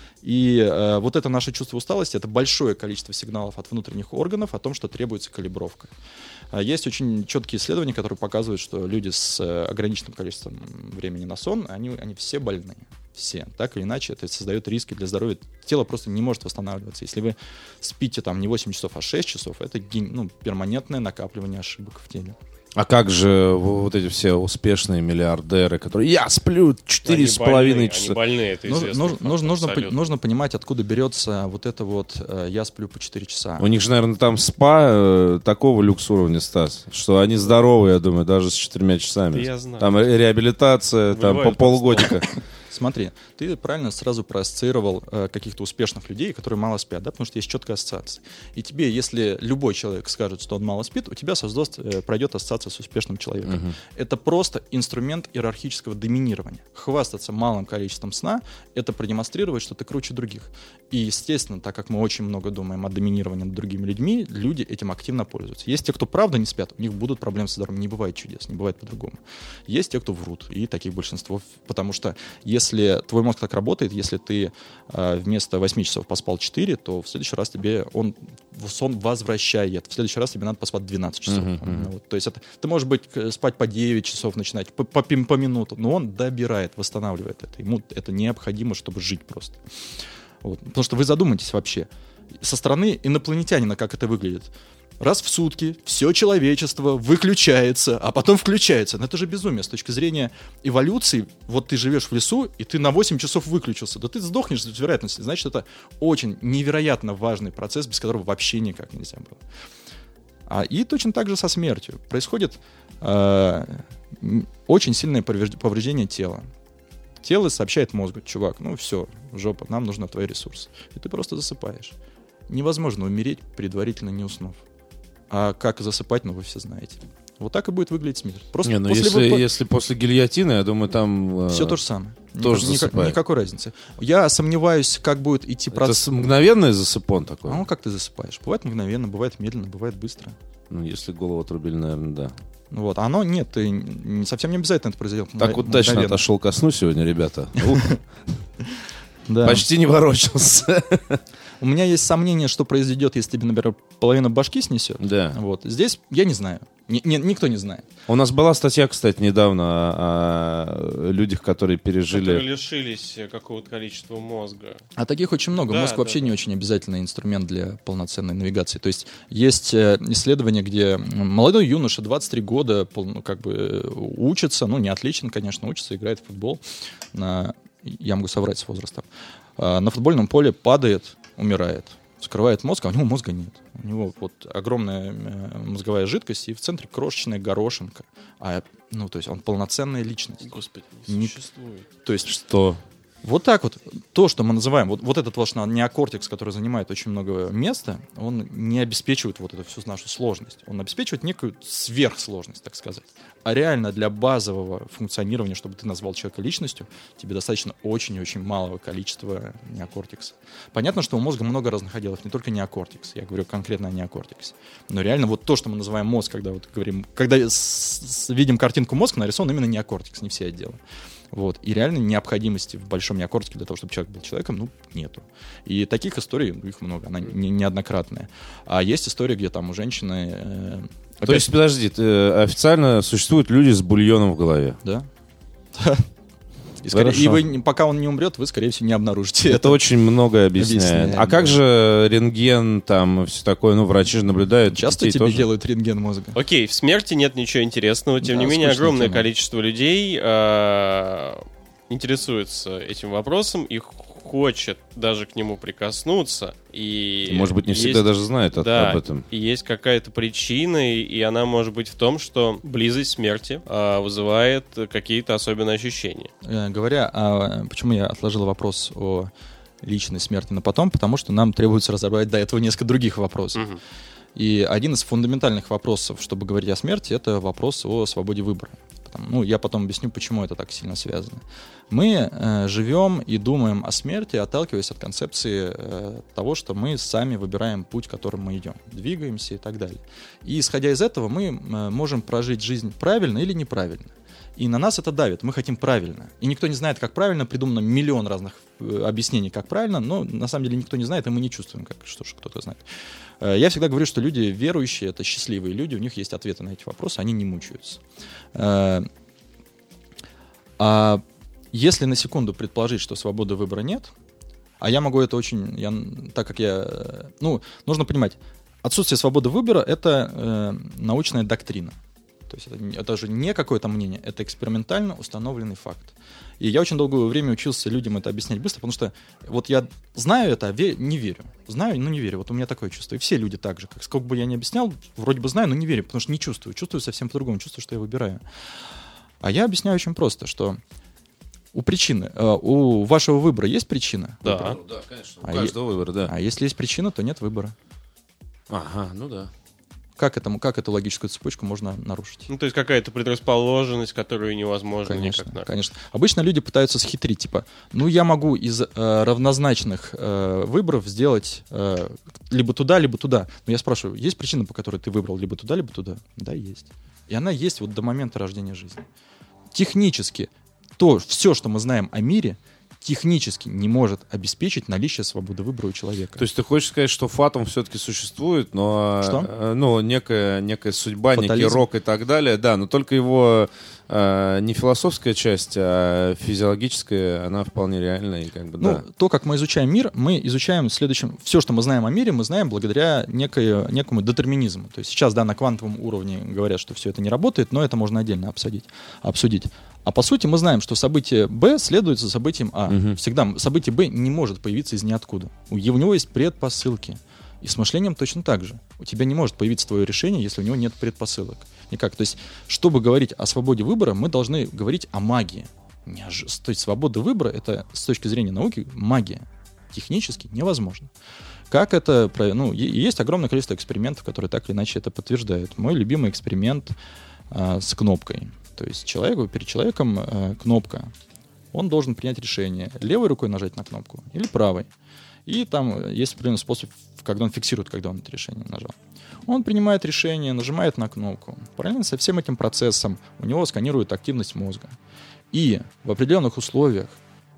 Speaker 2: И э, вот это наше чувство усталости — это большое количество сигналов от внутренних органов о том, что требуется калибровка. А есть очень четкие исследования, которые показывают, что люди с э, ограниченным количеством времени на сон, они, они все больны. Все. Так или иначе, это создает риски для здоровья. Тело просто не может восстанавливаться. Если вы спите там не восемь часов, а шесть часов, это ну, перманентное накапливание ошибок в теле.
Speaker 1: А как же вот эти все успешные миллиардеры, которые «я сплю четыре с половиной часа».
Speaker 3: Они больные, это известно.
Speaker 2: Нужно, нужно, нужно, нужно понимать, откуда берется вот это вот э, «я сплю по четыре часа».
Speaker 1: У них же, наверное, там спа э, такого люкс уровня, Стас, что они здоровые, я думаю, даже с четырьмя часами.
Speaker 3: Я знаю.
Speaker 1: Там реабилитация там, по полгодика.
Speaker 2: Смотри, ты правильно сразу проассоциировал э, каких-то успешных людей, которые мало спят, да, потому что есть четкая ассоциация. И тебе, если любой человек скажет, что он мало спит, у тебя создаст, э, пройдет ассоциация с успешным человеком. Uh-huh. Это просто инструмент иерархического доминирования. Хвастаться малым количеством сна — это продемонстрировать, что ты круче других. И, естественно, так как мы очень много думаем о доминировании над другими людьми, люди этим активно пользуются. Есть те, кто правда не спят, у них будут проблемы со здоровьем. Не бывает чудес, не бывает по-другому. Есть те, кто врут, и таких большинство, потому что если Если твой мозг так работает, если ты э, вместо восьми часов поспал четыре, то в следующий раз тебе он сон возвращает. В следующий раз тебе надо поспать двенадцать часов. Uh-huh, uh-huh. Вот, то есть это, ты можешь быть, спать по девять часов начинать, по, по, по минуту, но он добирает, восстанавливает это. Ему это необходимо, чтобы жить просто. Вот. Потому что вы задумайтесь вообще. Со стороны инопланетянина, как это выглядит. Раз в сутки все человечество выключается, а потом включается. Но это же безумие с точки зрения эволюции. Вот ты живешь в лесу, и ты на восемь часов выключился. Да ты сдохнешь с вероятностью. Значит, это очень невероятно важный процесс, без которого вообще никак нельзя было. А, и точно так же со смертью. Происходит э, очень сильное повреждение тела. Тело сообщает мозгу: чувак, ну все, жопа, нам нужны твои ресурсы. И ты просто засыпаешь. Невозможно умереть, предварительно не уснув. А как засыпать, ну вы все знаете. Вот так и будет выглядеть смерть. Просто
Speaker 1: не, ну
Speaker 2: после
Speaker 1: если,
Speaker 2: вы...
Speaker 1: если после гильотины, я думаю, там...
Speaker 2: Все э... то же самое.
Speaker 1: Тоже
Speaker 2: Никак,
Speaker 1: засыпает.
Speaker 2: Никакой разницы. Я сомневаюсь, как будет идти процесс.
Speaker 1: Это мгновенный засыпон такой?
Speaker 2: А ну как ты засыпаешь? Бывает мгновенно, бывает медленно, бывает быстро.
Speaker 1: Ну, если голову отрубили, наверное, да.
Speaker 2: Вот, оно нет, ты не, совсем не обязательно это произойдет.
Speaker 1: Так вот удачно отошел ко сну сегодня, ребята.
Speaker 2: Да.
Speaker 1: Почти не ворочался.
Speaker 2: У меня есть сомнение, что произойдет, если тебе, например, половина башки снесет.
Speaker 1: Да.
Speaker 2: Вот. Здесь я не знаю. Ни, ни, никто не знает.
Speaker 1: У нас была статья, кстати, недавно о, о людях, которые пережили...
Speaker 3: Которые лишились какого-то количества мозга.
Speaker 2: А таких очень много.
Speaker 3: Да,
Speaker 2: Мозг
Speaker 3: да,
Speaker 2: вообще
Speaker 3: да.
Speaker 2: не очень обязательный инструмент для полноценной навигации. То есть есть исследования, где молодой юноша, двадцать три года, ну, как бы учится, ну, не отлично, конечно, учится, играет в футбол. На, я могу соврать с возрастом. На футбольном поле падает, умирает. Вскрывает мозг, а у него мозга нет. У него вот огромная мозговая жидкость, и в центре крошечная горошинка. А, ну, то есть он полноценная личность.
Speaker 3: Господи, не,
Speaker 2: не
Speaker 3: существует.
Speaker 2: То есть
Speaker 1: что?
Speaker 2: Вот так вот. То, что мы называем, вот, вот этот ваш неокортекс, который занимает очень много места, он не обеспечивает вот эту всю нашу сложность. Он обеспечивает некую сверхсложность, так сказать. А реально для базового функционирования, чтобы ты назвал человека личностью, тебе достаточно очень и очень малого количества неокортекса. Понятно, что у мозга много разных отделов, не только неокортекс. Я говорю конкретно о неокортексе. Но реально вот то, что мы называем мозг, когда вот говорим, когда с, с, видим картинку мозга, нарисован именно неокортекс, не все отделы. Вот. И реально необходимости в большом неокортике для того, чтобы человек был человеком, ну, нету. И таких историй, ну, их много, она не, неоднократная. А есть истории, где там у женщины... Э,
Speaker 1: То
Speaker 2: опять...
Speaker 1: есть, подожди, ты, официально существуют люди с бульоном в голове?
Speaker 2: Да. И, скорее, и вы, пока он не умрет, вы, скорее всего, не обнаружите это.
Speaker 1: Это очень многое объясняет.
Speaker 2: Объясняет,
Speaker 1: а
Speaker 2: да.
Speaker 1: как же рентген, там, все такое, ну, врачи же наблюдают.
Speaker 2: Часто тебе
Speaker 1: тоже
Speaker 2: делают рентген мозга?
Speaker 3: Окей, в смерти нет ничего интересного, тем
Speaker 2: Да,
Speaker 3: не менее,
Speaker 2: скучная
Speaker 3: огромное
Speaker 2: тема.
Speaker 3: количество людей э, интересуется этим вопросом и хочет даже к нему прикоснуться. И
Speaker 1: Может быть, не
Speaker 3: есть-
Speaker 1: всегда даже знает от-
Speaker 3: да,
Speaker 1: об этом.
Speaker 3: и есть какая-то причина, и, и она может быть в том, что близость смерти э, вызывает какие-то особенные ощущения.
Speaker 2: Э, Говоря, а почему я отложил вопрос о личной смерти на потом, потому что нам требуется разобрать до этого несколько других вопросов.
Speaker 3: Мгм.
Speaker 2: И один из фундаментальных вопросов, чтобы говорить о смерти, это вопрос о свободе выбора. Потом- ну, я потом объясню, почему это так сильно связано. Мы э, живем и думаем о смерти, отталкиваясь от концепции э, того, что мы сами выбираем путь, которым мы идем, двигаемся и так далее. И исходя из этого мы э, можем прожить жизнь правильно или неправильно. И на нас это давит, мы хотим правильно. И никто не знает, как правильно, придумано миллион разных э, объяснений, как правильно, но на самом деле никто не знает, и мы не чувствуем, как, что же кто-то знает. Э, Я всегда говорю, что люди верующие, это счастливые люди, у них есть ответы на эти вопросы, они не мучаются. Э, А если на секунду предположить, что свободы выбора нет, а я могу это очень, я, так как я, э, ну, нужно понимать, отсутствие свободы выбора — это э, научная доктрина. То есть это, не- это же не какое-то мнение, это экспериментально установленный факт. И я очень долгое время учился людям это объяснять быстро, потому что вот я знаю это, а ве- не верю. Знаю, но не верю. Вот у меня такое чувство. И все люди так же. Как, сколько бы я ни объяснял, вроде бы знаю, но не верю, потому что не чувствую. Чувствую совсем по-другому, чувствую, что я выбираю. А я объясняю очень просто, что у причины, э, у вашего выбора есть причина?
Speaker 3: Да.
Speaker 2: Выбора?
Speaker 1: Ну да, конечно. У
Speaker 2: А
Speaker 1: каждого выбора, да.
Speaker 2: А если есть причина, то нет выбора.
Speaker 1: Ага, ну да.
Speaker 2: Как, этому, как эту логическую цепочку можно нарушить?
Speaker 3: Ну, то есть какая-то предрасположенность, которую невозможно
Speaker 2: Конечно,
Speaker 3: никак нарушить.
Speaker 2: конечно. Обычно люди пытаются схитрить, типа, ну я могу из э, равнозначных э, выборов сделать э, либо туда, либо туда. Но я спрашиваю, есть причина, по которой ты выбрал либо туда, либо туда? Да, есть. И она есть вот до момента рождения жизни. Технически то, все, что мы знаем о мире, технически не может обеспечить наличие свободы выбора у человека.
Speaker 1: То есть ты хочешь сказать, что фатум все-таки существует, но
Speaker 2: Что?
Speaker 1: э, ну, некая, некая судьба, некий
Speaker 2: Фатализм?
Speaker 1: рок и так далее, да, но только его э, не философская часть, а физиологическая, она вполне реальна и как бы,
Speaker 2: Ну,
Speaker 1: да.
Speaker 2: то, как мы изучаем мир, мы изучаем следующим... Все, что мы знаем о мире, мы знаем благодаря некой, некому детерминизму. То есть сейчас, да, на квантовом уровне говорят, что все это не работает, но это можно отдельно обсудить. обсудить. А по сути мы знаем, что событие Б следует за событием А.
Speaker 1: Мгм.
Speaker 2: Всегда событие Б не может появиться из ниоткуда. У, у него есть предпосылки. И с мышлением точно так же. У тебя не может появиться твое решение, если у него нет предпосылок. Никак. То есть, чтобы говорить о свободе выбора, мы должны говорить о магии. Неож- То есть свобода выбора — это с точки зрения науки магия. Технически невозможно. Как это... про- Ну, е- есть огромное количество экспериментов, которые так или иначе это подтверждают. Мой любимый эксперимент а, с кнопкой. То есть человеку, перед человеком э, кнопка. Он должен принять решение. Левой рукой нажать на кнопку или правой. И там есть определенный способ, когда он фиксирует, когда он это решение нажал. Он принимает решение, нажимает на кнопку. Параллельно со всем этим процессом у него сканирует активность мозга. И в определенных условиях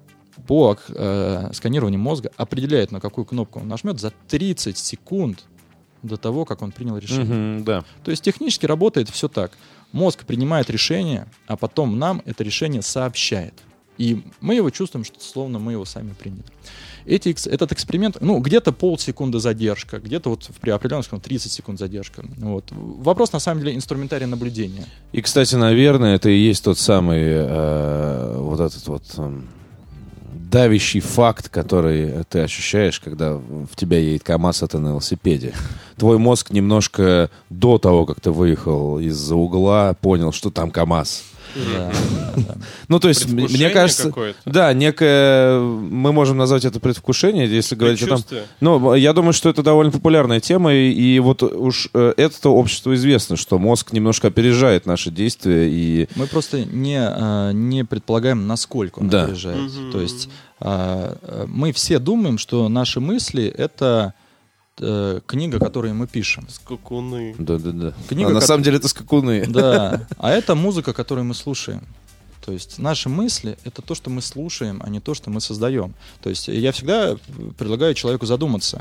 Speaker 2: по э, сканированию мозга определяет, на какую кнопку он нажмет за тридцать секунд до того, как он принял решение.
Speaker 1: Мгм, да.
Speaker 2: То есть технически работает все так. Мозг принимает решение, а потом нам это решение сообщает. И мы его чувствуем, что словно мы его сами приняли. Эти, экс- этот эксперимент, ну, где-то полсекунды задержка, где-то вот при определенном скажем, тридцать секунд задержка. Вот. Вопрос, на самом деле, инструментария наблюдения.
Speaker 1: И, кстати, наверное, это и есть тот самый э, вот этот вот эм, давящий факт, который ты ощущаешь, когда в тебя едет КамАЗ, а ты на велосипеде. Твой мозг немножко до того, как ты выехал из-за угла, понял, что там КамАЗ.
Speaker 2: Да, да.
Speaker 1: Ну, то есть, м- мне
Speaker 3: Предвкушение
Speaker 1: кажется,
Speaker 3: какое-то.
Speaker 1: да, некое, мы можем назвать это предвкушение, если говорить о том.
Speaker 3: Предчувствие.
Speaker 1: Ну, я думаю, что это довольно популярная тема, и, и вот уж э, это обществу известно, что мозг немножко опережает наши действия, и
Speaker 2: Мы просто не, а, не предполагаем, насколько он
Speaker 1: Да.
Speaker 2: опережает.
Speaker 3: Мгм.
Speaker 2: То есть а, а, мы все думаем, что наши мысли — это э, книга, которую мы пишем.
Speaker 3: Скакуны.
Speaker 1: да-да-да.
Speaker 2: Книга,
Speaker 1: А на
Speaker 2: ко-
Speaker 1: самом деле это скакуны.
Speaker 2: Да, а это музыка, которую мы слушаем. То есть наши мысли — это то, что мы слушаем, а не то, что мы создаем. То есть я всегда предлагаю человеку задуматься.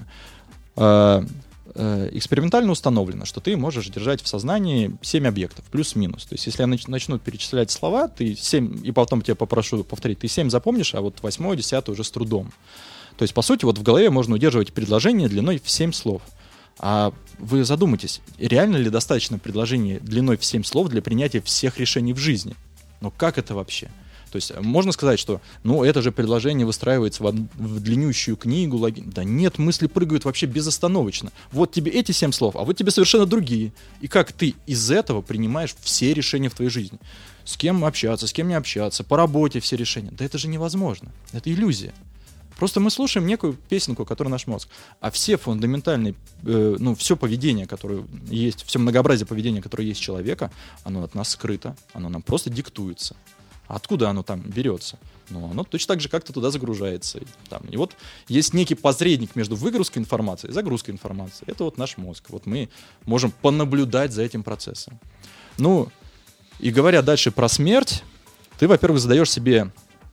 Speaker 2: Экспериментально установлено, что ты можешь держать в сознании семь объектов, плюс-минус. То есть если я начну перечислять слова, ты семь, и потом тебя попрошу повторить, ты семь запомнишь, а вот восьмое, десятое уже с трудом. То есть, по сути, вот в голове можно удерживать предложение длиной в семь слов. А вы задумайтесь, реально ли достаточно предложений длиной в семь слов для принятия всех решений в жизни? Ну как это вообще? То есть можно сказать, что ну это же предложение выстраивается в, в длиннющую книгу. Логи... Да нет, мысли прыгают вообще безостановочно. Вот тебе эти семь слов, а вот тебе совершенно другие. И как ты из этого принимаешь все решения в твоей жизни? С кем общаться, с кем не общаться, по работе все решения. Да это же невозможно. Это иллюзия. Просто мы слушаем некую песенку, которая наш мозг. А все фундаментальные, э, ну, все поведение, которое есть, все многообразие поведения, которое есть человека, оно от нас скрыто, оно нам просто диктуется. Откуда оно там берется? Ну, оно точно так же как-то туда загружается. Там. И вот есть некий посредник между выгрузкой информации и загрузкой информации. Это вот наш мозг. Вот мы можем понаблюдать за этим процессом. Ну, и говоря дальше про смерть, ты, во-первых, задаешь себе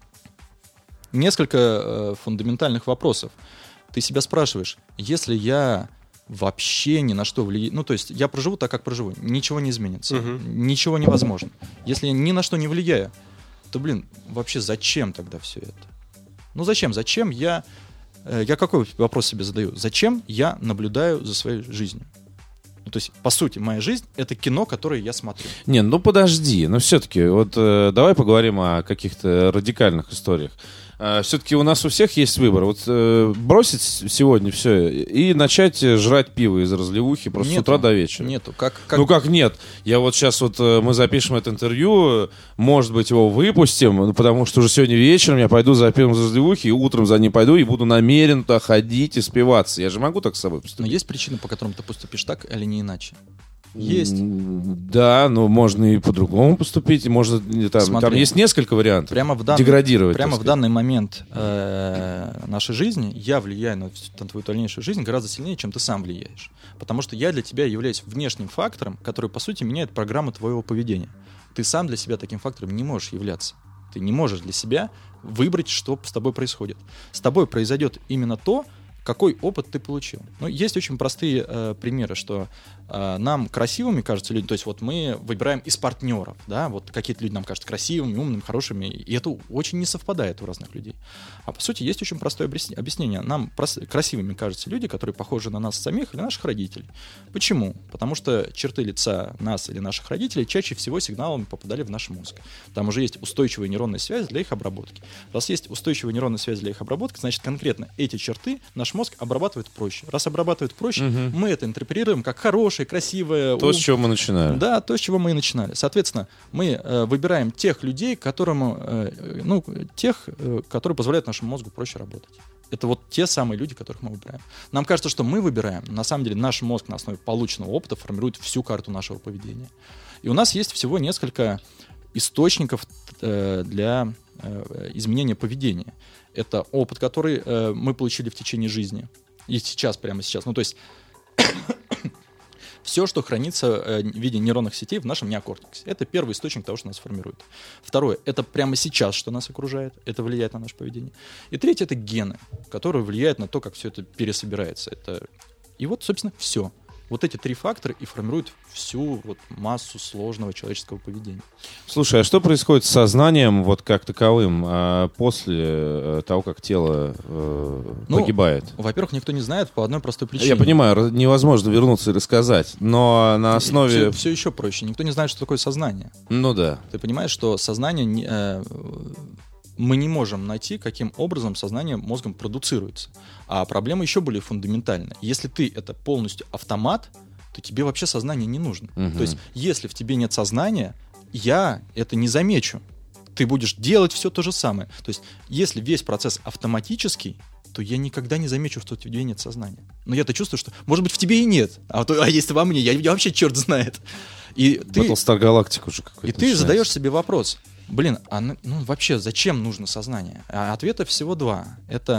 Speaker 2: несколько э, фундаментальных вопросов. Ты себя спрашиваешь, если я вообще ни на что влияю, ну, то есть я проживу так, как проживу, ничего не изменится, uh-huh. ничего невозможно. Если я ни на что не влияю, то, блин, вообще зачем тогда все это? Ну, зачем? Зачем я... Э, я какой вопрос себе задаю? Зачем я наблюдаю за своей жизнью? Ну, то есть, по сути, моя жизнь — это кино, которое я смотрю.
Speaker 1: Не, ну подожди, но все-таки, вот э, давай поговорим о каких-то радикальных историях. Э, все-таки у нас у всех есть выбор. Вот э, бросить сегодня все и начать жрать пиво из разливухи просто нету, с утра до вечера.
Speaker 2: Нету. Как, как...
Speaker 1: Ну как нет? Я вот сейчас вот э, мы запишем это интервью, может быть, его выпустим, потому что уже сегодня вечером я пойду за пивом из разливухи, и утром за ним пойду и буду намерен туда ходить и спиваться. Я же могу так с собой поступить.
Speaker 2: Но есть причины, по которым ты поступишь так или не иначе? Есть.
Speaker 1: Да, но можно и по-другому поступить. Может, там,
Speaker 2: Смотри,
Speaker 1: там есть несколько вариантов.
Speaker 2: Прямо в дан...
Speaker 1: Деградировать.
Speaker 2: Прямо в данный момент э, нашей жизни я влияю на, на твою дальнейшую жизнь гораздо сильнее, чем ты сам влияешь. Потому что я для тебя являюсь внешним фактором, который, по сути, меняет программу твоего поведения. Ты сам для себя таким фактором не можешь являться. Ты не можешь для себя выбрать, что с тобой происходит. С тобой произойдет именно то, какой опыт ты получил. Ну, есть очень простые э, примеры, что э, нам красивыми кажутся люди, то есть вот мы выбираем из партнеров, да, вот какие-то люди нам кажутся красивыми, умными, хорошими, и это очень не совпадает у разных людей. А по сути есть очень простое объяснение. Нам прос- красивыми кажутся люди, которые похожи на нас самих или наших родителей. Почему? Потому что черты лица нас или наших родителей чаще всего сигналами попадали в наш мозг. Там уже есть устойчивая нейронная связь для их обработки. Раз есть устойчивая нейронная связь для их обработки, значит конкретно эти черты наш мозг обрабатывает проще. Раз обрабатывает проще, угу. мы это интерпретируем как хорошее, красивое.
Speaker 1: То,
Speaker 2: ум...
Speaker 1: с чего мы начинали.
Speaker 2: Да, то, с чего мы и начинали. Соответственно, мы э, выбираем тех людей, которым, э, ну, тех, э, которые позволяют нашему мозгу проще работать. Это вот те самые люди, которых мы выбираем. Нам кажется, что мы выбираем. На самом деле наш мозг на основе полученного опыта формирует всю карту нашего поведения. И у нас есть всего несколько источников э, для э, изменения поведения. Это опыт, который э, мы получили в течение жизни. И сейчас, прямо сейчас. Ну, то есть все, что хранится э, в виде нейронных сетей в нашем неокортексе. Это первый источник того, что нас формирует. Второе, это прямо сейчас, что нас окружает. Это влияет на наше поведение. И третье, это гены, которые влияют на то, как все это пересобирается. Это... И вот, собственно, все. Вот эти три фактора и формируют всю вот массу сложного человеческого поведения.
Speaker 1: Слушай, а что происходит с сознанием вот как таковым а после того, как тело э, ну, погибает?
Speaker 2: Во-первых, никто не знает по одной простой причине.
Speaker 1: Я понимаю, невозможно вернуться и рассказать, но на основе...
Speaker 2: Все, все еще проще. Никто не знает, что такое сознание.
Speaker 1: Ну да.
Speaker 2: Ты понимаешь, что сознание... Э, мы не можем найти, каким образом сознание мозгом продуцируется. А проблемы еще более фундаментальны. Если ты это полностью автомат, то тебе вообще сознание не нужно. Угу. То есть, если в тебе нет сознания, я это не замечу. Ты будешь делать все то же самое. То есть, если весь процесс автоматический, то я никогда не замечу, что в тебе нет сознания. Но я-то чувствую, что, может быть, в тебе и нет. А, то, а если во мне, я, я вообще черт знает. И ты,
Speaker 1: Battlestar Galactica уже какой-то.
Speaker 2: И ты начинается. Задаешь себе вопрос. Блин, а ну, вообще зачем нужно сознание? А ответа всего два. Это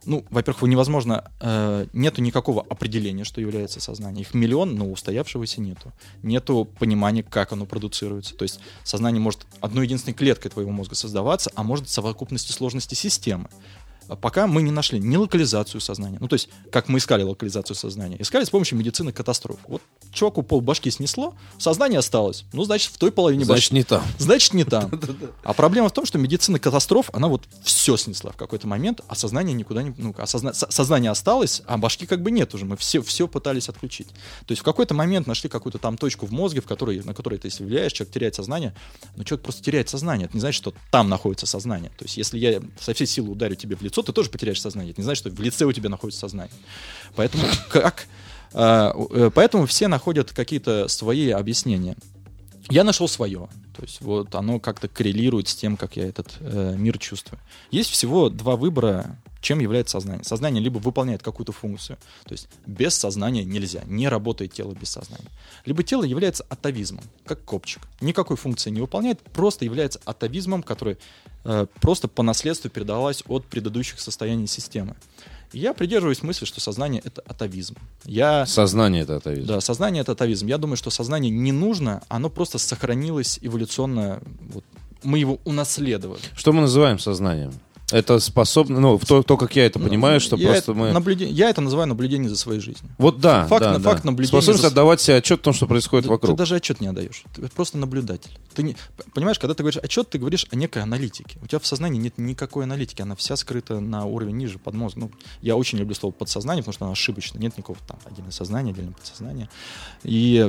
Speaker 2: ну, во-первых, невозможно, э, нету никакого определения, что является сознание. Их миллион, но устоявшегося нету. Нету понимания, как оно продуцируется. То есть сознание может одной единственной клеткой твоего мозга создаваться, а может в совокупности сложности системы. Пока мы не нашли ни локализацию сознания. Ну, то есть, как мы искали локализацию сознания. Искали с помощью медицины катастроф. Вот чуваку пол башки снесло, сознание осталось. Ну, значит, в той половине башки.
Speaker 1: Значит, не там.
Speaker 2: Значит, не там. А проблема в том, что медицина катастроф, она вот все снесла в какой-то момент, а сознание никуда не... Ну, а созна... сознание осталось, а башки как бы нет уже. Мы все, все пытались отключить. То есть, в какой-то момент нашли какую-то там точку в мозге, в которой, на которой ты если влияешь, человек теряет сознание. Но человек просто теряет сознание. Это не значит, что там находится сознание. То есть, если я со всей силы ударю тебе в лицо, ты тоже потеряешь сознание. Это не значит, что в лице у тебя находится сознание. Поэтому как... Поэтому все находят какие-то свои объяснения. Я нашел свое. То есть вот оно как-то коррелирует с тем, как я этот э, мир чувствую. Есть всего два выбора, чем является сознание. Сознание либо выполняет какую-то функцию, то есть без сознания нельзя, не работает тело без сознания. Либо тело является атовизмом, как копчик. Никакой функции не выполняет, просто является атовизмом, который э, просто по наследству передалась от предыдущих состояний системы. Я придерживаюсь мысли, что сознание — это атовизм. Я...
Speaker 1: Сознание — это атовизм.
Speaker 2: Да, сознание — это атовизм. Я думаю, что сознание не нужно, оно просто сохранилось эволюционно. Вот, мы его унаследовали.
Speaker 1: Что мы называем сознанием? Это способно, ну, то, то как я это понимаю, что
Speaker 2: я
Speaker 1: просто
Speaker 2: это,
Speaker 1: мы...
Speaker 2: Наблюден... Я это называю наблюдением за своей жизнью.
Speaker 1: Вот да,
Speaker 2: факт,
Speaker 1: да,
Speaker 2: на,
Speaker 1: да.
Speaker 2: факт наблюдения...
Speaker 1: Способность
Speaker 2: за...
Speaker 1: отдавать себе отчет о том, что происходит
Speaker 2: ты,
Speaker 1: вокруг.
Speaker 2: Ты даже отчет не отдаешь. Ты просто наблюдатель. Ты не... Понимаешь, когда ты говоришь отчет, ты говоришь о некой аналитике. У тебя в сознании нет никакой аналитики, она вся скрыта на уровень ниже, под мозгом. Ну, я очень люблю слово подсознание, потому что оно ошибочно. Нет никакого там отдельное сознание, отдельное подсознание. И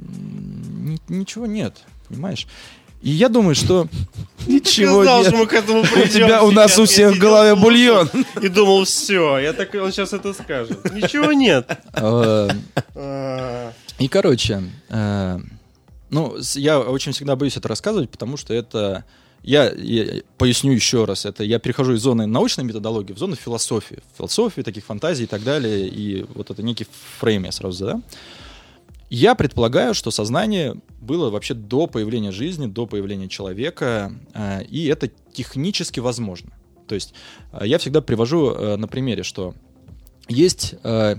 Speaker 2: ничего нет, понимаешь? И я думаю, что ничего
Speaker 3: знал,
Speaker 2: нет.
Speaker 3: что мы к этому придем.
Speaker 1: У тебя, у нас у всех в голове бульон.
Speaker 3: И думал, все, я так, он сейчас это скажет. Ничего нет.
Speaker 2: И, короче, ну, я очень всегда боюсь это рассказывать, потому что это... Я, я поясню еще раз, это я перехожу из зоны научной методологии в зону философии. Философии, таких фантазий и так далее. И вот это некий фрейм я сразу задам. Я предполагаю, что сознание было вообще до появления жизни, до появления человека, и это технически возможно. То есть я всегда привожу на примере, что есть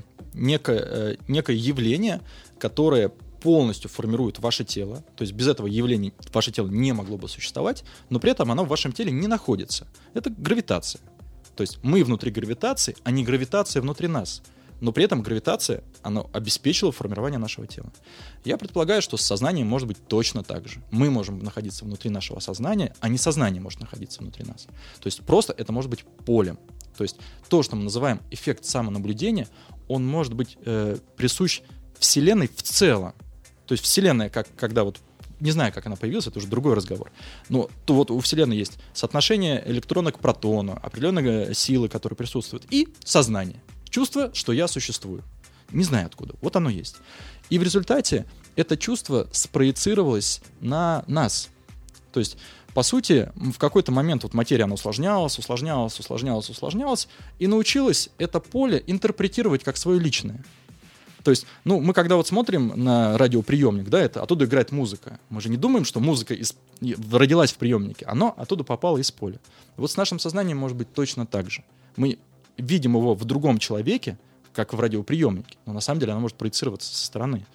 Speaker 2: некое, некое явление, которое полностью формирует ваше тело, то есть без этого явления ваше тело не могло бы существовать, но при этом оно в вашем теле не находится. Это гравитация. То есть мы внутри гравитации, а не гравитация внутри нас. Но при этом гравитация, она обеспечила формирование нашего тела. Я предполагаю, что с сознанием может быть точно так же. Мы можем находиться внутри нашего сознания, а не сознание может находиться внутри нас. То есть просто это может быть полем. То есть то, что мы называем эффект самонаблюдения, он может быть э, присущ Вселенной в целом. То есть Вселенная, как, когда вот, не знаю, как она появилась, это уже другой разговор. Но то вот у Вселенной есть соотношение электрона к протону, определенные силы, которые присутствуют, и сознание. Чувство, что я существую. Не знаю откуда. Вот оно есть. И в результате это чувство спроецировалось на нас. То есть, по сути, в какой-то момент вот материя, она усложнялась, усложнялась, усложнялась, усложнялась, и научилась это поле интерпретировать как свое личное. То есть, ну, мы когда вот смотрим на радиоприемник, да, это оттуда играет музыка. Мы же не думаем, что музыка из... родилась в приемнике. Оно оттуда попало из поля. Вот с нашим сознанием может быть точно так же. Мы видим его в другом человеке, как в радиоприемнике, но на самом деле оно может проецироваться со стороны.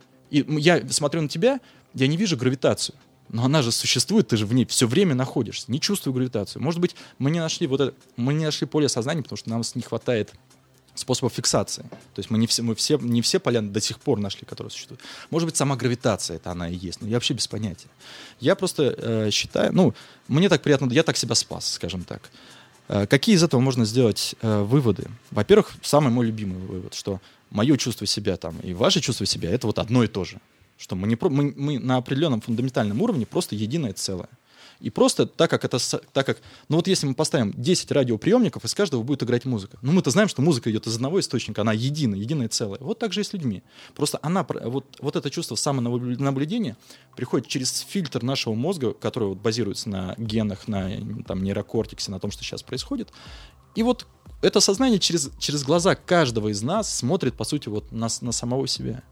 Speaker 2: И я смотрю на тебя, я не вижу гравитацию, но она же существует, ты же в ней все время находишься, не чувствую гравитацию. Может быть, мы не нашли вот это, мы не нашли поле сознания, потому что нам не хватает способов фиксации. То есть мы не все, мы все, не все поля до сих пор нашли, которые существуют. Может быть, сама гравитация это она и есть, но я вообще без понятия. Я просто э, считаю, ну, мне так приятно, я так себя спас, скажем так. Какие из этого можно сделать э, выводы? Во-первых, самый мой любимый вывод, что мое чувство себя там и ваше чувство себя — это вот одно и то же. Что мы, не про, мы, мы на определенном фундаментальном уровне просто единое целое. И просто так как это... Так как, ну вот если мы поставим десять радиоприемников, из каждого будет играть музыка. Ну мы-то знаем, что музыка идет из одного источника, она единая, единое целое. Вот так же и с людьми. Просто она, вот, вот это чувство самонаблюдения приходит через фильтр нашего мозга, который вот базируется на генах, на там, нейрокортексе, на том, что сейчас происходит. И вот это сознание через, через глаза каждого из нас смотрит, по сути, вот на, на самого себя.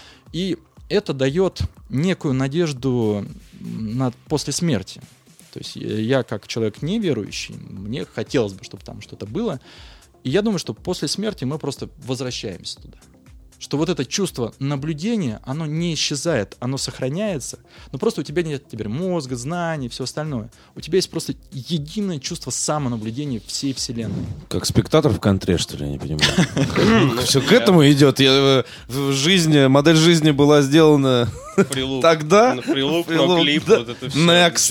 Speaker 2: И это дает некую надежду на, после смерти. То есть я, как человек неверующий, мне хотелось бы, чтобы там что-то было. И я думаю, что после смерти мы просто возвращаемся туда. Что вот это чувство наблюдения, оно не исчезает, оно сохраняется, но просто у тебя нет теперь мозга, знаний, все остальное. У тебя есть просто единое чувство самонаблюдения всей вселенной.
Speaker 1: Как спектатор в контре, что ли, я не понимаю. Все к этому идет. В жизни, модель жизни была сделана тогда.
Speaker 3: Прилуп, но клип, вот это все.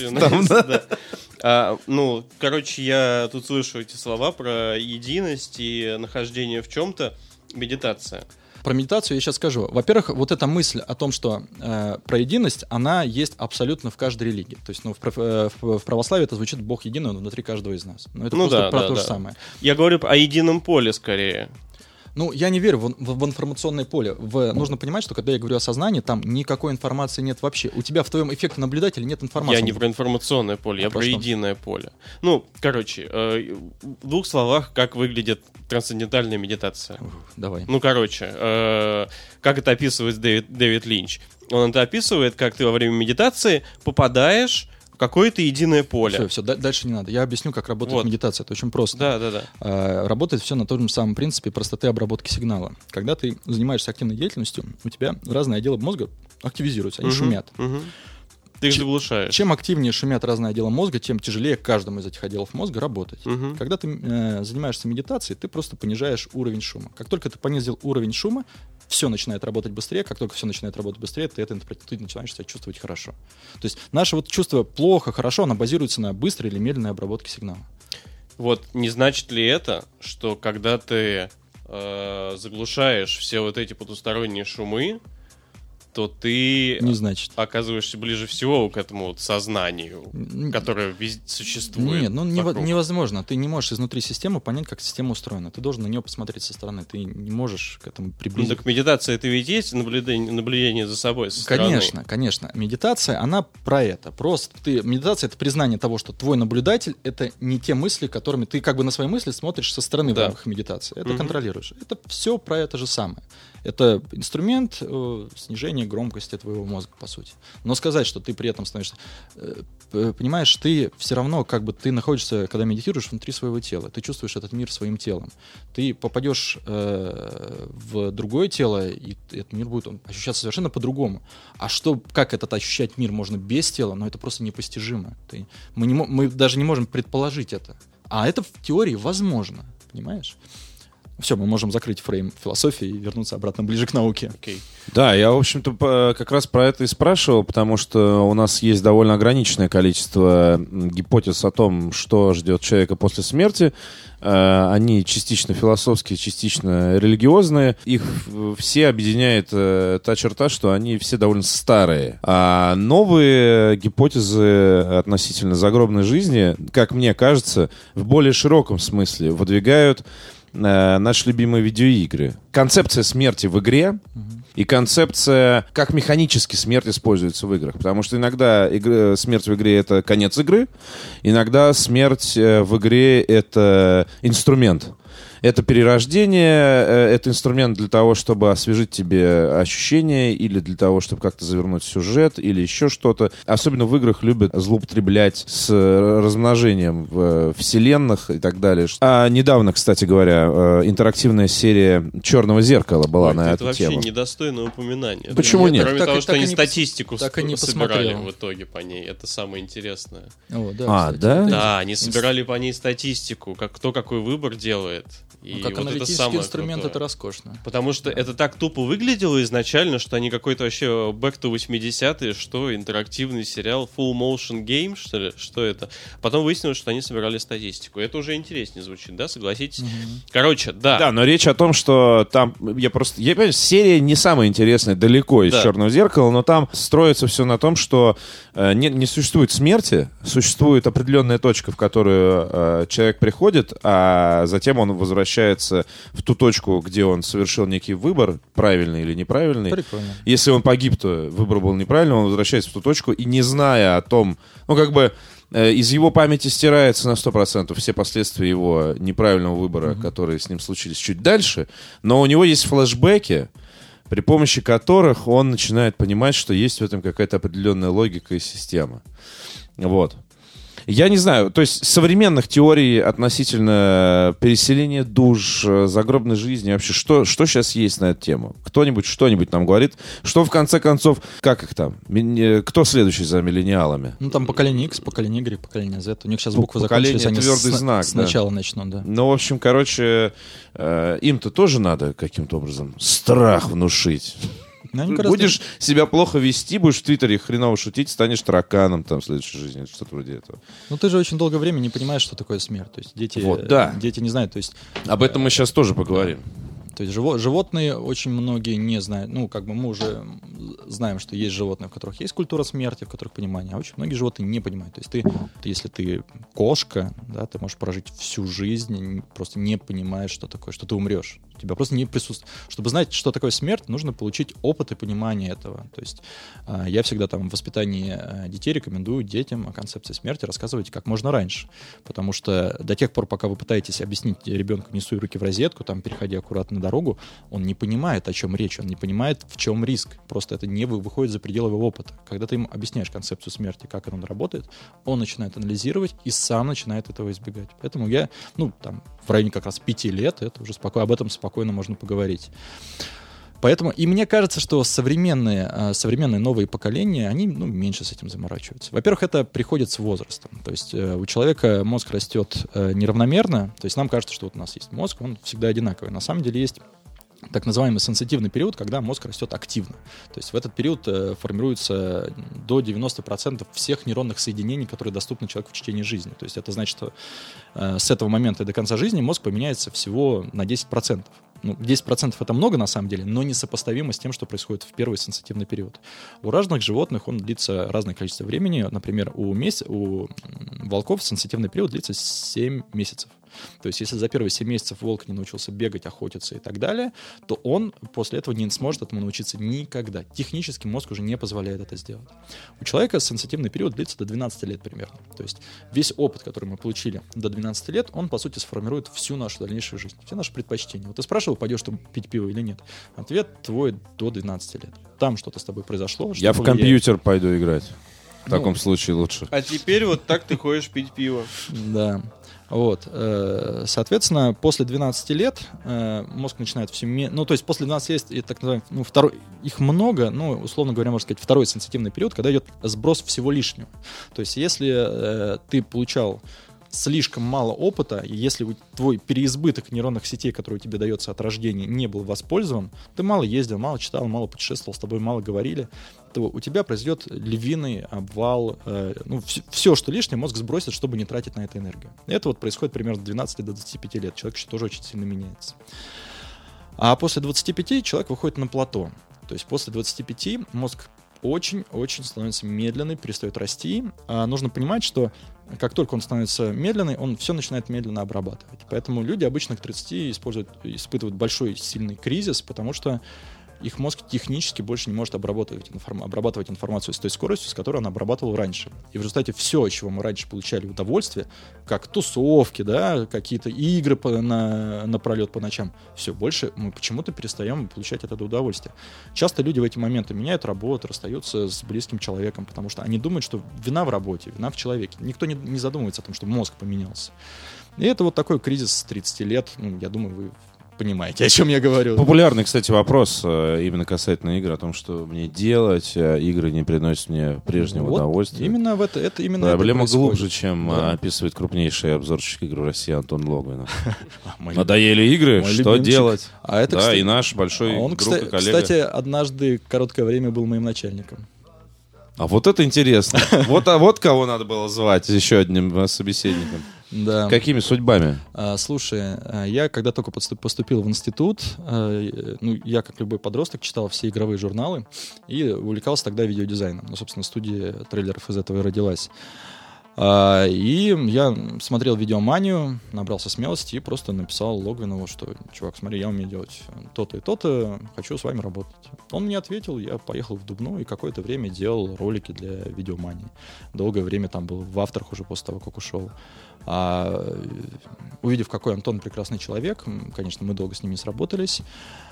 Speaker 1: Next.
Speaker 3: А, ну, короче, я тут слышу эти слова про единость и нахождение в чем-то. Медитация.
Speaker 2: Про медитацию я сейчас скажу. Во-первых, вот эта мысль о том, что э, про единость, она есть абсолютно в каждой религии. То есть, ну, в, э, в, в православии это звучит Бог единый, он внутри каждого из нас. Но это
Speaker 3: ну,
Speaker 2: просто
Speaker 3: да,
Speaker 2: про
Speaker 3: да,
Speaker 2: то
Speaker 3: да.
Speaker 2: же самое.
Speaker 3: Я говорю о едином поле скорее.
Speaker 2: Ну, я не верю в, в, в информационное поле. В, нужно понимать, что когда я говорю о сознании, там никакой информации нет вообще. У тебя в твоем эффекте наблюдателя нет информации.
Speaker 3: Я не про информационное поле, а я про, про единое поле. Ну, короче, э, в двух словах, как выглядит трансцендентальная медитация.
Speaker 2: Ух, давай.
Speaker 3: Ну, короче, э, как это описывает Дэвид, Дэвид Линч? Он это описывает, как ты во время медитации попадаешь какое-то единое поле.
Speaker 2: Все, все, дальше не надо. Я объясню, как работает вот. медитация. Это очень просто.
Speaker 3: Да, да, да.
Speaker 2: А, работает все на том же самом принципе простоты обработки сигнала. Когда ты занимаешься активной деятельностью, у тебя разные отделы мозга активизируются, они
Speaker 3: угу,
Speaker 2: шумят.
Speaker 3: Угу. Ты их заглушаешь.
Speaker 2: Чем активнее шумят разные отделы мозга, тем тяжелее каждому из этих отделов мозга работать.
Speaker 3: Угу.
Speaker 2: Когда ты э, занимаешься медитацией, ты просто понижаешь уровень шума. Как только ты понизил уровень шума, все начинает работать быстрее. Как только все начинает работать быстрее, ты, это, ты начинаешь себя чувствовать хорошо. То есть наше вот чувство плохо, хорошо, оно базируется на быстрой или медленной обработке сигнала.
Speaker 3: Вот не значит ли это, что когда ты э, заглушаешь все вот эти потусторонние шумы, то ты
Speaker 2: не значит.
Speaker 3: оказываешься ближе всего к этому вот сознанию, которое везде существует.
Speaker 2: Нет, ну вокруг. Невозможно. Ты не можешь изнутри системы понять, как система устроена. Ты должен на нее посмотреть со стороны. Ты не можешь к этому приблизиться.
Speaker 3: Ну, так медитация — это ведь есть наблюдение, наблюдение за собой со стороны?
Speaker 2: Конечно, конечно. Медитация, она про это. Просто ты, медитация — это признание того, что твой наблюдатель — это не те мысли, которыми ты как бы на свои мысли смотришь со стороны, да, в рамках медитации. Это угу. контролируешь. Это все про это же самое. Это инструмент э, снижения громкости твоего мозга, по сути. Но сказать, что ты при этом становишься... Э, понимаешь, ты все равно, как бы, ты находишься, когда медитируешь, внутри своего тела. Ты чувствуешь этот мир своим телом. Ты попадешь э, в другое тело, и этот мир будет ощущаться совершенно по-другому. А что, как этот ощущать мир можно без тела? Но это просто непостижимо. Ты, мы, не, мы даже не можем предположить это. А это в теории возможно, понимаешь? Все, мы можем закрыть фрейм философии и вернуться обратно ближе к науке.
Speaker 3: Okay.
Speaker 1: Да, я, в общем-то, как раз про это и спрашивал, потому что у нас есть довольно ограниченное количество гипотез о том, что ждет человека после смерти. Они частично философские, частично религиозные. Их все объединяет та черта, что они все довольно старые. А новые гипотезы относительно загробной жизни, как мне кажется, в более широком смысле выдвигают наши любимые видеоигры. Концепция смерти в игре uh-huh. и концепция, как механически смерть используется в играх. Потому что иногда игры, смерть в игре — это конец игры, иногда смерть в игре — это инструмент. Это перерождение, это инструмент для того, чтобы освежить тебе ощущения, или для того, чтобы как-то завернуть сюжет, или еще что-то. Особенно в играх любят злоупотреблять с размножением в вселенных и так далее. А недавно, кстати говоря, интерактивная серия «Черного зеркала» была Ой, на эту
Speaker 3: это
Speaker 1: тему.
Speaker 3: Это вообще недостойное упоминание.
Speaker 1: Почему нет?
Speaker 3: Кроме
Speaker 2: так,
Speaker 3: того,
Speaker 2: так,
Speaker 3: что
Speaker 2: так
Speaker 3: они
Speaker 2: не
Speaker 3: статистику
Speaker 2: так и не
Speaker 3: собирали
Speaker 2: посмотрел.
Speaker 3: в итоге по ней. Это самое интересное.
Speaker 2: О, да,
Speaker 1: а,
Speaker 2: кстати,
Speaker 1: да?
Speaker 3: Да, они собирали по ней статистику, как, кто какой выбор делает. И
Speaker 2: ну, как
Speaker 3: вот
Speaker 2: аналитический
Speaker 3: это
Speaker 2: инструмент
Speaker 3: крутое.
Speaker 2: Это роскошно.
Speaker 3: Потому что да. это так тупо выглядело изначально, что они какой-то вообще back to восьмидесятые, что интерактивный сериал full motion game, что ли, что это. Потом выяснилось, что они собирали статистику. Это уже интереснее звучит, да, согласитесь? Угу. Короче, да.
Speaker 1: Да, но речь о том, что там, я просто, я понимаю, серия не самая интересная далеко из да. «Черного зеркала», но там строится все на том, что э, не, не существует смерти, существует определенная точка, в которую э, человек приходит, а затем он возвращается в ту точку, где он совершил некий выбор, правильный или неправильный.
Speaker 2: Прикольно.
Speaker 1: Если он погиб, то выбор был неправильный, он возвращается в ту точку и, не зная о том, ну, как бы э, из его памяти стирается на сто процентов все последствия его неправильного выбора, mm-hmm. которые с ним случились чуть дальше, но у него есть флешбеки, при помощи которых он начинает понимать, что есть в этом какая-то определенная логика и система. Вот. Я не знаю, то есть современных теорий относительно переселения душ, загробной жизни, вообще, что, что сейчас есть на эту тему? Кто-нибудь что-нибудь нам говорит? Что в конце концов, как их там? Кто следующий за миллениалами?
Speaker 2: Ну, там поколение X, поколение Y, поколение Z. У них сейчас буквы
Speaker 1: Поколение
Speaker 2: закончились, они
Speaker 1: твердый
Speaker 2: с,
Speaker 1: знак,
Speaker 2: сначала
Speaker 1: да.
Speaker 2: начнут, да.
Speaker 1: Ну, в общем, короче, э, им-то тоже надо каким-то образом страх внушить.
Speaker 2: Ну, они
Speaker 1: Будешь себя плохо вести, будешь в Твиттере хреново шутить, станешь тараканом там в следующей жизни, что-то вроде этого.
Speaker 2: Ну, ты же очень долгое время не понимаешь, что такое смерть. То есть дети,
Speaker 1: Вот, да.
Speaker 2: дети не знают. То есть,
Speaker 1: Об этом мы сейчас тоже поговорим.
Speaker 2: То есть живо- животные очень многие не знают. Ну, как бы мы уже знаем, что есть животные, в которых есть культура смерти, в которых понимание, а очень многие животные не понимают. То есть ты, ты если ты кошка, да, ты можешь прожить всю жизнь, просто не понимая, что такое, что ты умрешь. У тебя просто не присутствует. Чтобы знать, что такое смерть, нужно получить опыт и понимание этого. То есть э, я всегда там в воспитании э, детей рекомендую детям о концепции смерти рассказывать как можно раньше. Потому что до тех пор, пока вы пытаетесь объяснить ребенку, не суй руки в розетку, там, переходя аккуратно дорогу, он не понимает, о чем речь, он не понимает, в чем риск. Просто это не выходит за пределы его опыта. Когда ты ему объясняешь концепцию смерти, как она работает, он начинает анализировать и сам начинает этого избегать. Поэтому я, ну, там, в районе как раз пяти лет, это уже споко... об этом спокойно можно поговорить. Поэтому, и мне кажется, что современные, современные новые поколения, они, ну, меньше с этим заморачиваются. Во-первых, это приходит с возрастом. То есть э, у человека мозг растет э, неравномерно. То есть нам кажется, что вот у нас есть мозг, он всегда одинаковый. На самом деле есть так называемый сенситивный период, когда мозг растет активно. То есть в этот период э, формируется до девяноста процентов всех нейронных соединений, которые доступны человеку в течение жизни. То есть это значит, что э, с этого момента и до конца жизни мозг поменяется всего на десять процентов. Ну, десять процентов это много на самом деле, но несопоставимо с тем, что происходит в первый сенситивный период. У разных животных он длится разное количество времени. Например, у, меся... у волков сенситивный период длится семь месяцев. То есть если за первые семь месяцев волк не научился бегать, охотиться и так далее, то он после этого не сможет этому научиться никогда. Технически мозг уже не позволяет это сделать. У человека сенситивный период длится до двенадцати лет примерно. То есть весь опыт, который мы получили до двенадцати лет, он, по сути, сформирует всю нашу дальнейшую жизнь, все наши предпочтения. Вот ты спрашивал, пойдешь ты пить пиво или нет? Ответ твой до двенадцати лет. Там что-то с тобой произошло.
Speaker 1: Я в компьютер пойду играть. В
Speaker 2: Ну,
Speaker 1: таком случае лучше.
Speaker 3: А теперь вот так ты ходишь пить пиво.
Speaker 2: Да. Вот. э, Соответственно, после двенадцати лет э, мозг начинает все... ме- Ну, то есть после двенадцати лет, это так называемый, ну, второй... их много, ну, условно говоря, можно сказать, второй сенситивный период, когда идет сброс всего лишнего. То есть если э, ты получал слишком мало опыта, и если твой переизбыток нейронных сетей, который тебе дается от рождения, не был воспользован, ты мало ездил, мало читал, мало путешествовал, с тобой мало говорили, то у тебя произойдет львиный обвал, э, ну, вс- все, что лишнее, мозг сбросит, чтобы не тратить на это энергию. И это вот происходит примерно с двенадцати до двадцати пяти лет. Человек еще тоже очень сильно меняется. А после двадцати пяти человек выходит на плато. То есть после двадцати пяти мозг очень-очень становится медленный, перестает расти. А нужно понимать, что как только он становится медленный, он все начинает медленно обрабатывать. Поэтому люди обычно к тридцати используют, испытывают большой сильный кризис, потому что их мозг технически больше не может обрабатывать, информ... обрабатывать информацию с той скоростью, с которой он обрабатывал раньше. И в результате все, от чего мы раньше получали удовольствие, как тусовки, да, какие-то игры по... на... напролет по ночам, все, больше мы почему-то перестаем получать от этого удовольствие. Часто люди в эти моменты меняют работу, расстаются с близким человеком, потому что они думают, что вина в работе, вина в человеке. Никто не, не задумывается о том, что мозг поменялся. И это вот такой кризис с тридцати лет, ну, я думаю, вы понимаете, о чем я говорю.
Speaker 1: Популярный, кстати, вопрос э, именно касательно игр, о том, что мне делать, э, игры не приносят мне прежнего
Speaker 2: вот
Speaker 1: удовольствия.
Speaker 2: Именно в это, это именно
Speaker 1: Проблема
Speaker 2: это
Speaker 1: глубже, чем
Speaker 2: да.
Speaker 1: э, описывает крупнейший обзорщик игр в России Антон Логвинов.
Speaker 2: Мой
Speaker 1: Надоели игры,
Speaker 2: мой
Speaker 1: что
Speaker 2: любимчик.
Speaker 1: делать?
Speaker 2: А это,
Speaker 1: Да,
Speaker 2: кстати,
Speaker 1: и наш большой
Speaker 2: он,
Speaker 1: друг
Speaker 2: кстати,
Speaker 1: и коллега.
Speaker 2: кстати, однажды короткое время был моим начальником.
Speaker 1: А вот это интересно. Вот, а вот кого надо было звать еще одним э, собеседником.
Speaker 2: Да.
Speaker 1: Какими судьбами?
Speaker 2: А, слушай, а, я когда только подступ- поступил в институт, а, ну, я, как любой подросток, читал все игровые журналы и увлекался тогда видеодизайном. Ну, собственно, студия трейлеров из этого и родилась. А, и я смотрел «Видеоманию», набрался смелости и просто написал Логвинову, что, чувак, смотри, я умею делать то-то и то-то, хочу с вами работать. Он мне ответил, я поехал в Дубну и какое-то время делал ролики для «Видеомании». Долгое время там был в авторах уже после того, как ушел. А увидев, какой Антон прекрасный человек, конечно, мы долго с ним не сработались,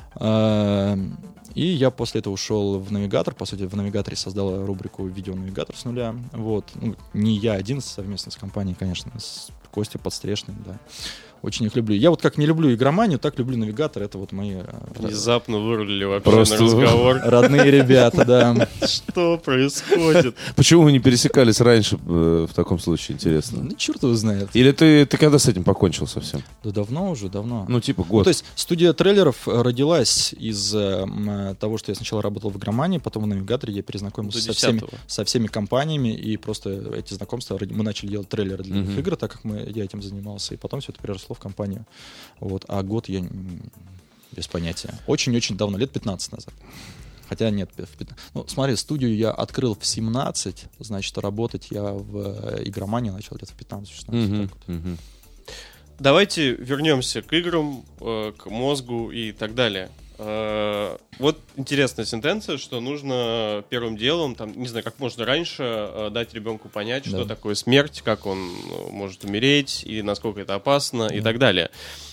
Speaker 2: И я после этого ушел в «Навигатор». По сути, в «Навигаторе» создал рубрику «Видео-навигатор» с нуля. Вот. Ну, не я один, совместно с компанией, конечно, с Костей Подстрешным, да. Очень их люблю. Я вот как не люблю игроманию, так люблю «Навигатор». Это вот мои...
Speaker 3: Внезапно вырулили вообще
Speaker 1: Просто
Speaker 3: на разговор.
Speaker 2: Родные ребята, да.
Speaker 3: Что происходит?
Speaker 1: Почему вы не пересекались раньше э, в таком случае, интересно?
Speaker 2: Ну, черт его знает.
Speaker 1: Или ты, ты когда с этим покончил совсем?
Speaker 2: Да давно уже, давно.
Speaker 1: Ну, типа
Speaker 2: Ну,
Speaker 1: год.
Speaker 2: то есть студия трейлеров родилась из э, того, что я сначала работал в игромании, потом в «Навигаторе», я перезнакомился со всеми, со всеми компаниями, и просто эти знакомства, мы начали делать трейлеры для mm-hmm. игр, так как мы, я этим занимался, и потом все это переросло в компанию. Вот. А год я без понятия. Очень-очень давно, лет пятнадцать назад. Хотя нет, в пятнадцать. Ну, смотри, студию я открыл в семнадцать, значит, работать я в игромании начал где-то в пятнадцать-шестнадцать.
Speaker 1: Mm-hmm. Mm-hmm.
Speaker 3: Давайте вернемся к играм, к мозгу и так далее. Вот интересная сентенция, что нужно первым делом, там, не знаю, как можно раньше дать ребенку понять, что да. такое смерть, как он может умереть, и насколько это опасно, да. и так далее.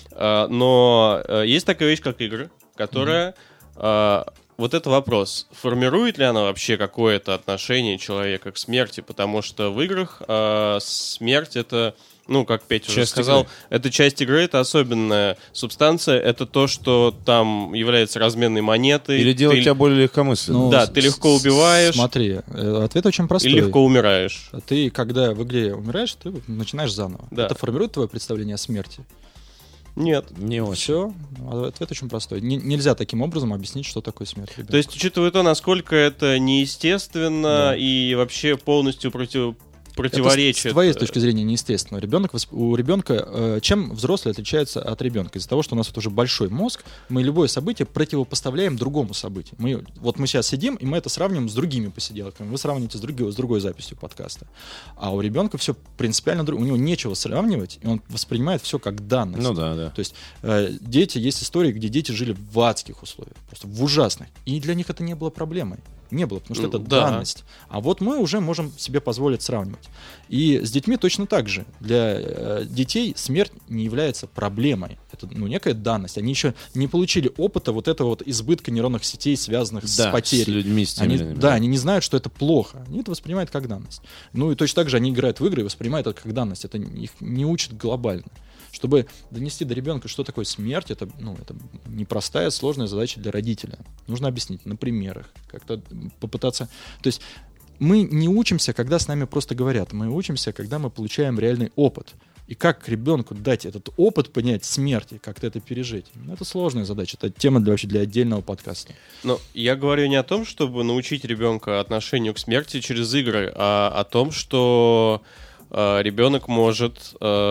Speaker 3: Но есть такая вещь, как игры, которая... Mm-hmm. Вот это вопрос. Формирует ли она вообще какое-то отношение человека к смерти? Потому что в играх смерть — это... Ну, как Петя уже сказал, игры. Это часть игры, это особенная субстанция, это то, что там является разменной монетой.
Speaker 1: Или делает
Speaker 3: ты...
Speaker 1: тебя более легкомысленно.
Speaker 3: Ну, да, ты легко убиваешь.
Speaker 2: Смотри, ответ очень простой.
Speaker 3: И легко умираешь.
Speaker 2: Ты, когда в игре умираешь, ты начинаешь заново.
Speaker 3: Да.
Speaker 2: Это формирует твое представление о смерти?
Speaker 3: Нет.
Speaker 1: Не очень.
Speaker 2: Все, ответ очень простой. Н- нельзя таким образом объяснить, что такое смерть ребенка.
Speaker 3: То есть, учитывая то, насколько это неестественно да. и вообще полностью против... противоречит.
Speaker 2: Это с твоей точки зрения неестественно. Ребенок, у ребенка, э, чем взрослый отличается от ребенка? Из-за того, что у нас вот уже большой мозг, мы любое событие противопоставляем другому событию. Мы, вот мы сейчас сидим, и мы это сравниваем с другими посиделками. Вы сравните с другой, с другой записью подкаста. А у ребенка все принципиально другое. У него нечего сравнивать, и он воспринимает все как данность.
Speaker 1: Ну да, да.
Speaker 2: То есть э, дети, есть истории, где дети жили в адских условиях, просто в ужасных. И для них это не было проблемой. Не было, потому что это
Speaker 3: да.
Speaker 2: данность. А вот мы уже можем себе позволить сравнивать. И с детьми точно так же. Для э, детей смерть не является проблемой. Это ну, некая данность. Они еще не получили опыта вот этого вот избытка нейронных сетей, связанных да, с потерей.
Speaker 1: С людьми, с
Speaker 2: они,
Speaker 1: людьми.
Speaker 2: Да, они не знают, что это плохо. Они это воспринимают как данность. Ну и точно так же они играют в игры и воспринимают это как данность. Это их не учат глобально. Чтобы донести до ребенка, что такое смерть, это, ну, это непростая, сложная задача для родителя. Нужно объяснить на примерах, как-то попытаться... То есть мы не учимся, когда с нами просто говорят. Мы учимся, когда мы получаем реальный опыт. И как ребенку дать этот опыт, понять смерти, как-то это пережить. Ну, это сложная задача. Это тема для, вообще для отдельного подкаста.
Speaker 3: Но я говорю не о том, чтобы научить ребенка отношению к смерти через игры, а о том, что... ребенок может,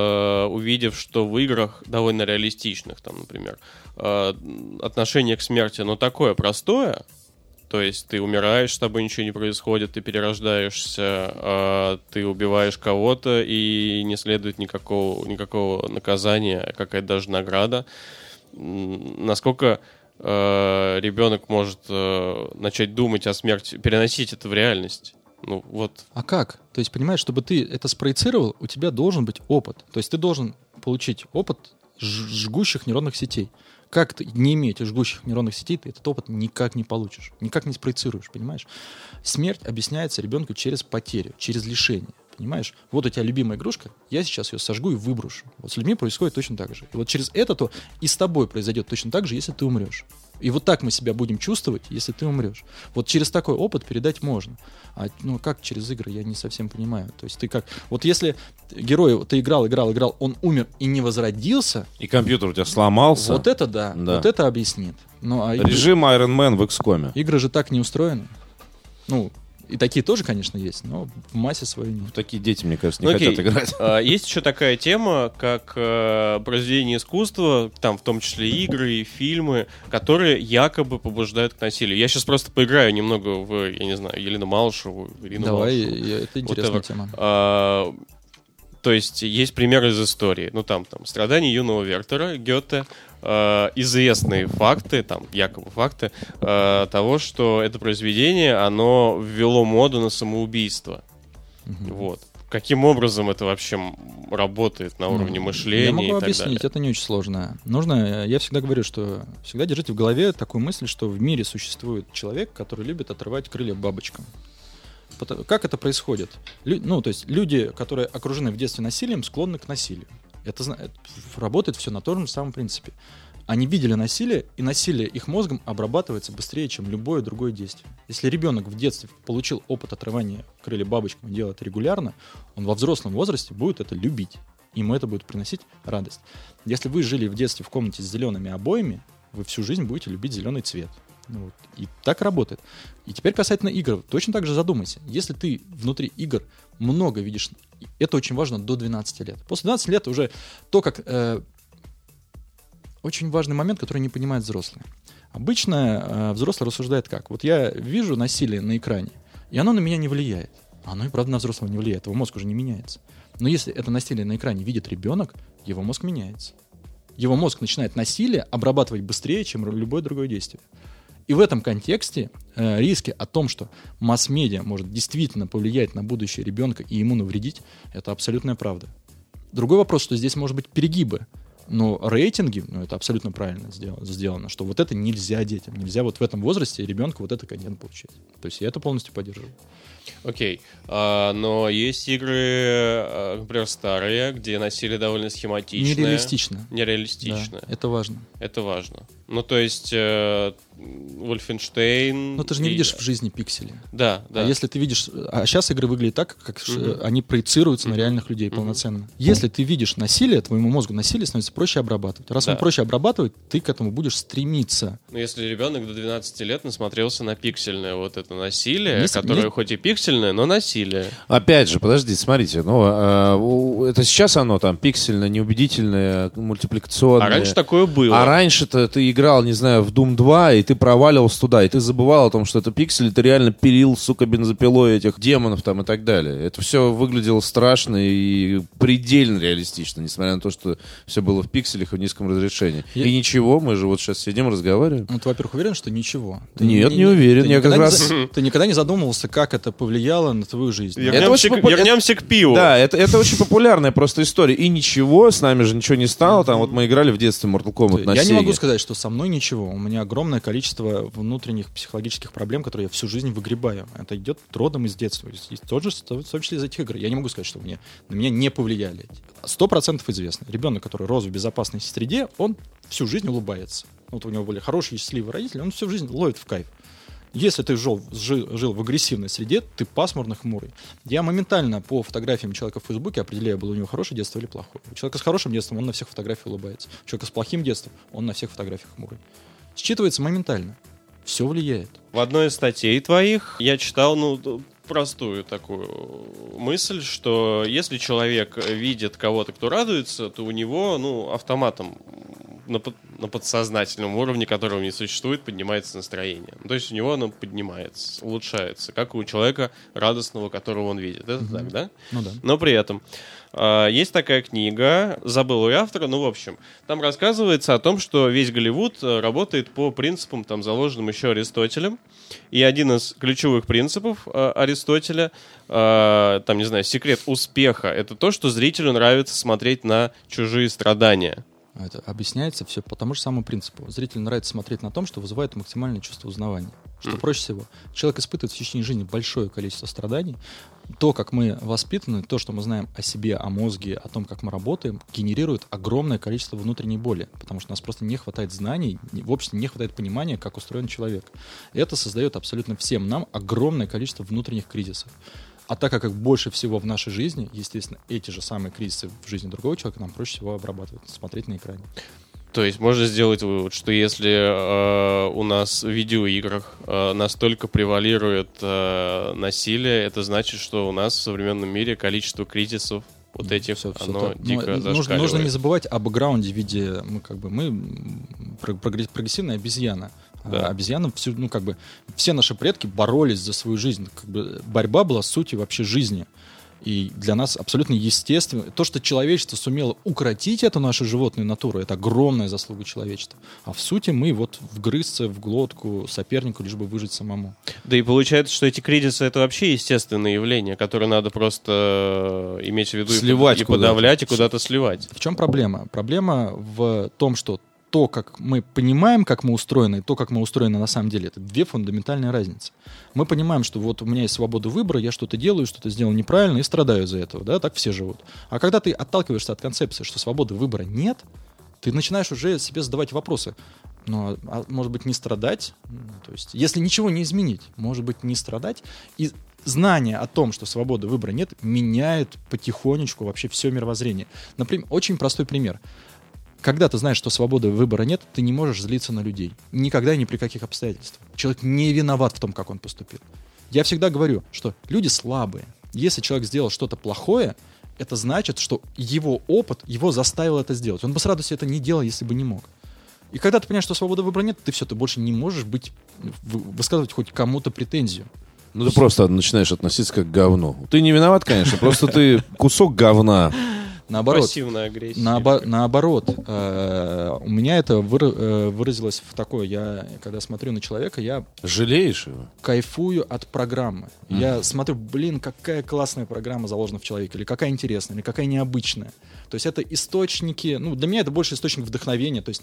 Speaker 3: увидев, что в играх довольно реалистичных, там, например, отношение к смерти, но такое простое, то есть ты умираешь, с тобой ничего не происходит, ты перерождаешься, ты убиваешь кого-то, и не следует никакого, никакого наказания, какая-то даже награда. Насколько ребенок может начать думать о смерти, переносить это в реальность? Ну, вот.
Speaker 2: А как? То есть, понимаешь, чтобы ты это спроецировал, у тебя должен быть опыт. То есть ты должен получить опыт жгущих нейронных сетей. Как ты, не иметь жгущих нейронных сетей, ты этот опыт никак не получишь, никак не спроецируешь, понимаешь? Смерть объясняется ребенку через потерю, через лишение. Понимаешь? Вот у тебя любимая игрушка, я сейчас ее сожгу и выброшу. Вот с людьми происходит точно так же. И вот через это то и с тобой произойдет точно так же, если ты умрешь. И вот так мы себя будем чувствовать, если ты умрешь. Вот через такой опыт передать можно. А ну как через игры, я не совсем понимаю. То есть ты как... Вот если герой, ты играл, играл, играл, он умер и не возродился...
Speaker 1: И компьютер у тебя сломался...
Speaker 2: Вот это да, да. Вот это объяснит. Ну, а игры...
Speaker 1: Режим Iron Man в икс ком.
Speaker 2: Игры же так не устроены. Ну... И такие тоже, конечно, есть, но в массе своей нет.
Speaker 1: Такие дети, мне кажется, не
Speaker 3: ну,
Speaker 1: хотят играть.
Speaker 3: А, есть еще такая тема, как э, произведение искусства, там в том числе игры и фильмы, которые якобы побуждают к насилию. Я сейчас просто поиграю немного в, я не знаю, Елену Малышеву, Ирину
Speaker 2: Давай,
Speaker 3: Малышеву.
Speaker 2: Давай, это интересная whatever. Тема.
Speaker 3: А, то есть есть примеры из истории. Ну там, там «Страдания юного Вертера», Гёте, э, известные факты, там якобы факты э, того, что это произведение, оно ввело моду на самоубийство. Mm-hmm. Вот. каким образом это вообще работает на уровне
Speaker 2: Ну,
Speaker 3: мышления
Speaker 2: Я могу
Speaker 3: и так
Speaker 2: объяснить,
Speaker 3: далее?
Speaker 2: это не очень сложно. Нужно, я всегда говорю, что всегда держите в голове такую мысль, что в мире существует человек, который любит отрывать крылья бабочкам. Пото- Как это происходит? Лю- ну, то есть люди, которые окружены в детстве насилием, склонны к насилию. Это, зна- это работает все на том же самом принципе. Они видели насилие, и насилие их мозгом обрабатывается быстрее, чем любое другое действие. Если ребенок в детстве получил опыт отрывания крылья бабочкам и делает это регулярно, он во взрослом возрасте будет это любить. Ему это будет приносить радость. Если вы жили в детстве в комнате с зелеными обоями, вы всю жизнь будете любить зеленый цвет. Ну вот. И так работает. И теперь касательно игр. Точно так же задумайся. Если ты внутри игр много видишь, это очень важно до двенадцати лет. После двенадцати лет уже то, как... Э, очень важный момент, который не понимают взрослые. Обычно э, взрослый рассуждает как? Вот я вижу насилие на экране, и оно на меня не влияет. Оно и правда на взрослого не влияет, его мозг уже не меняется. Но если это насилие на экране видит ребенок, его мозг меняется. Его мозг начинает насилие обрабатывать быстрее, чем любое другое действие. И в этом контексте э, риски о том, что масс-медиа может действительно повлиять на будущее ребенка и ему навредить, это абсолютная правда. Другой вопрос, что здесь может быть перегибы. Но рейтинги, ну, это абсолютно правильно сделано, сделано, что вот это нельзя детям. Нельзя вот в этом возрасте ребенку вот это контент получать. То есть я это полностью поддерживаю.
Speaker 3: Окей. А, но есть игры, а, например, старые, где насилие довольно схематичное.
Speaker 2: Нереалистично.
Speaker 3: Нереалистично.
Speaker 2: Да, это важно.
Speaker 3: Это важно. Ну, то есть, э, Wolfenstein...
Speaker 2: Но ты же не
Speaker 3: и-
Speaker 2: видишь в жизни пиксели.
Speaker 3: Да, да.
Speaker 2: А если ты видишь... А сейчас игры выглядят так, как ш-
Speaker 3: Мгм.
Speaker 2: они проецируются на
Speaker 3: Мгм.
Speaker 2: реальных людей
Speaker 3: Мгм.
Speaker 2: полноценно. Если ты видишь насилие, твоему мозгу насилие становится проще обрабатывать. Раз
Speaker 3: Да.
Speaker 2: он проще обрабатывает, ты к этому будешь стремиться.
Speaker 3: Ну, если ребенок до двенадцати лет насмотрелся на пиксельное вот это насилие,
Speaker 2: Есть-
Speaker 3: которое
Speaker 2: есть-
Speaker 3: хоть и пиксельное, но насилие.
Speaker 1: Опять же, подождите, смотрите, ну, а, у- это сейчас оно там пиксельное, неубедительное, мультипликационное.
Speaker 3: А раньше такое было.
Speaker 1: А раньше-то ты играл, не знаю, в Doom два, и ты проваливался туда, и ты забывал о том, что это пиксели, ты реально пилил, сука, бензопилой этих демонов там и так далее. Это все выглядело страшно и предельно реалистично, несмотря на то, что все было в пикселях и в низком разрешении.
Speaker 2: Я-
Speaker 1: И ничего, мы же вот сейчас сидим, разговариваем.
Speaker 2: Ну, ты, во-первых, уверен, что ничего?
Speaker 1: Нет, не уверен.
Speaker 2: Ты
Speaker 1: Я как
Speaker 2: никогда,
Speaker 1: раз-
Speaker 2: не, за- ты никогда не задумывался, как это повлияло на твою жизнь?
Speaker 1: Это
Speaker 3: Вернемся,
Speaker 1: очень
Speaker 3: к,
Speaker 1: попу-
Speaker 3: вернемся к пиву.
Speaker 1: Да, это, это очень популярная просто история. И ничего, с нами же ничего не стало. Там вот мы играли в детстве в Mortal Kombat на
Speaker 2: Я не
Speaker 1: Сеге.
Speaker 2: могу сказать, что со мной ничего. У меня огромное количество внутренних психологических проблем, которые я всю жизнь выгребаю. Это идет родом из детства. И тоже, в том числе из этих игр. Я не могу сказать, что мне, на меня не повлияли. Сто процентов известно. Ребенок, который рос в безопасной среде, он всю жизнь улыбается. Вот у него были хорошие, счастливые родители, он всю жизнь ловит в кайф. Если ты жил, жил, жил в агрессивной среде, ты пасмурно хмурый. Я моментально по фотографиям человека в Фейсбуке определяю, было у него хорошее детство или плохое. У человека с хорошим детством, он на всех фотографиях улыбается. У человека с плохим детством, он на всех фотографиях хмурый. Считывается моментально. Все влияет.
Speaker 3: В одной из статей твоих я читал, ну, т- простую такую мысль, что если человек видит кого-то, кто радуется, то у него, ну, автоматом на, под- на подсознательном уровне, которого не существует, поднимается настроение. Ну, то есть у него оно поднимается, улучшается, как у человека радостного, которого он видит. Это так, да?
Speaker 2: Ну да.
Speaker 3: Но при этом э, есть такая книга, забыл ее автора, ну, в общем, там рассказывается о том, что весь Голливуд э, работает по принципам, там, заложенным еще Аристотелем. И один из ключевых принципов э, Аристотеля, э, там, не знаю, секрет успеха, это то, что зрителю нравится смотреть на чужие страдания.
Speaker 2: Это объясняется все по тому же самому принципу. Зрителю нравится смотреть на том, что вызывает максимальное чувство узнавания. Что
Speaker 3: Мгм.
Speaker 2: проще всего. Человек испытывает в течение жизни большое количество страданий. То, как мы воспитаны, то, что мы знаем о себе, о мозге, о том, как мы работаем, генерирует огромное количество внутренней боли. Потому что у нас просто не хватает знаний, не- в обществе не хватает понимания, как устроен человек. И это создает абсолютно всем нам огромное количество внутренних кризисов. А так как их больше всего в нашей жизни, естественно, эти же самые кризисы в жизни другого человека нам проще всего обрабатывать, смотреть на экране.
Speaker 3: То есть можно сделать вывод, что если э, у нас в видеоиграх э, настолько превалирует э, насилие, это значит, что у нас в современном мире количество кризисов вот этих,
Speaker 2: Всё- всё
Speaker 3: оно
Speaker 2: так. Но
Speaker 3: дико
Speaker 2: нужно,
Speaker 3: зашкаливает.
Speaker 2: нужно не забывать о бэкграунде в виде, мы как бы мы м, про- прогресс- прогрессивная обезьяна.
Speaker 3: Да.
Speaker 2: А обезьяна всю, ну как бы все наши предки боролись за свою жизнь, как бы борьба была сутью вообще жизни. И для нас абсолютно естественно. То, что человечество сумело укротить эту нашу животную натуру, это огромная заслуга человечества. А в сути мы вот вгрызться в глотку сопернику, лишь бы выжить самому.
Speaker 3: Да и получается, что эти кризисы — это вообще естественное явление, которое надо просто иметь в виду
Speaker 1: сливать
Speaker 3: и, и подавлять, и куда-то сливать.
Speaker 2: В чем проблема? Проблема в том, что то, как мы понимаем, как мы устроены, и то, как мы устроены на самом деле, это две фундаментальные разницы. Мы понимаем, что вот у меня есть свобода выбора, я что-то делаю, что-то сделал неправильно и страдаю из-за этого, да, так все живут. А когда ты отталкиваешься от концепции, что свободы выбора нет, ты начинаешь уже себе задавать вопросы. Ну, а может быть, не страдать? То есть, если ничего не изменить, может быть, не страдать? И знание о том, что свободы выбора нет, меняет потихонечку вообще все мировоззрение. Например, очень простой пример. Когда ты знаешь, что свободы выбора нет, ты не можешь злиться на людей. Никогда и ни при каких обстоятельствах. Человек не виноват в том, как он поступил. Я всегда говорю, что люди слабые. Если человек сделал что-то плохое, это значит, что его опыт его заставил это сделать. Он бы с радостью это не делал, если бы не мог. И когда ты понимаешь, что свободы выбора нет, ты все, ты больше не можешь быть, высказывать хоть кому-то претензию.
Speaker 1: Ну, ты просто начинаешь относиться как к говну. Ты не виноват, конечно, просто ты кусок говна.
Speaker 2: Наоборот,
Speaker 3: пассивная агрессия.
Speaker 2: Наобо- наоборот, э- у меня это выра- э- выразилось в такое, я, когда смотрю на человека, я
Speaker 1: жалеешь его?
Speaker 2: Кайфую от программы. Mm-hmm. Я смотрю, блин, какая классная программа заложена в человеке, или какая интересная, или какая необычная. То есть это источники, ну, для меня это больше источник вдохновения, то есть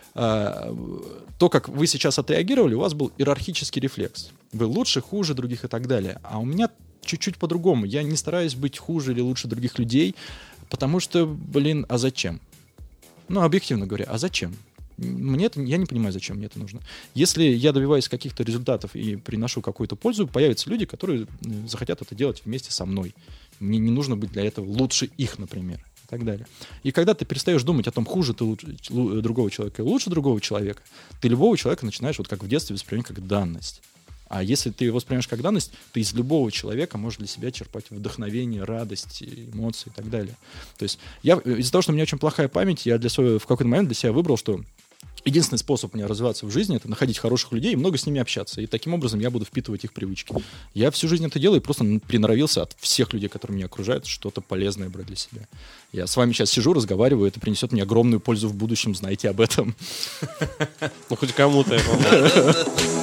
Speaker 2: э- то, как вы сейчас отреагировали, у вас был иерархический рефлекс. Вы лучше, хуже других и так далее. А у меня чуть-чуть по-другому. Я не стараюсь быть хуже или лучше других людей, потому что, блин, а зачем? Ну, объективно говоря, а зачем? Мне это, я не понимаю, зачем мне это нужно. Если я добиваюсь каких-то результатов и приношу какую-то пользу, появятся люди, которые захотят это делать вместе со мной. Мне не нужно быть для этого лучше их, например, и так далее. И когда ты перестаешь думать о том, хуже ты лучше, другого человека и лучше другого человека, ты любого человека начинаешь, вот как в детстве, воспринимать как данность. А если ты его воспринимаешь как данность, ты из любого человека можешь для себя черпать вдохновение, радость, эмоции и так далее. То есть я, из-за того, что у меня очень плохая память, я для своего, в какой-то момент для себя выбрал, что единственный способ у меня развиваться в жизни — это находить хороших людей и много с ними общаться. И таким образом я буду впитывать их привычки. Я всю жизнь это делаю и просто приноровился от всех людей, которые меня окружают, что-то полезное брать для себя. Я с вами сейчас сижу, разговариваю, это принесет мне огромную пользу в будущем, знайте об этом.
Speaker 3: Ну, хоть кому-то я помогу.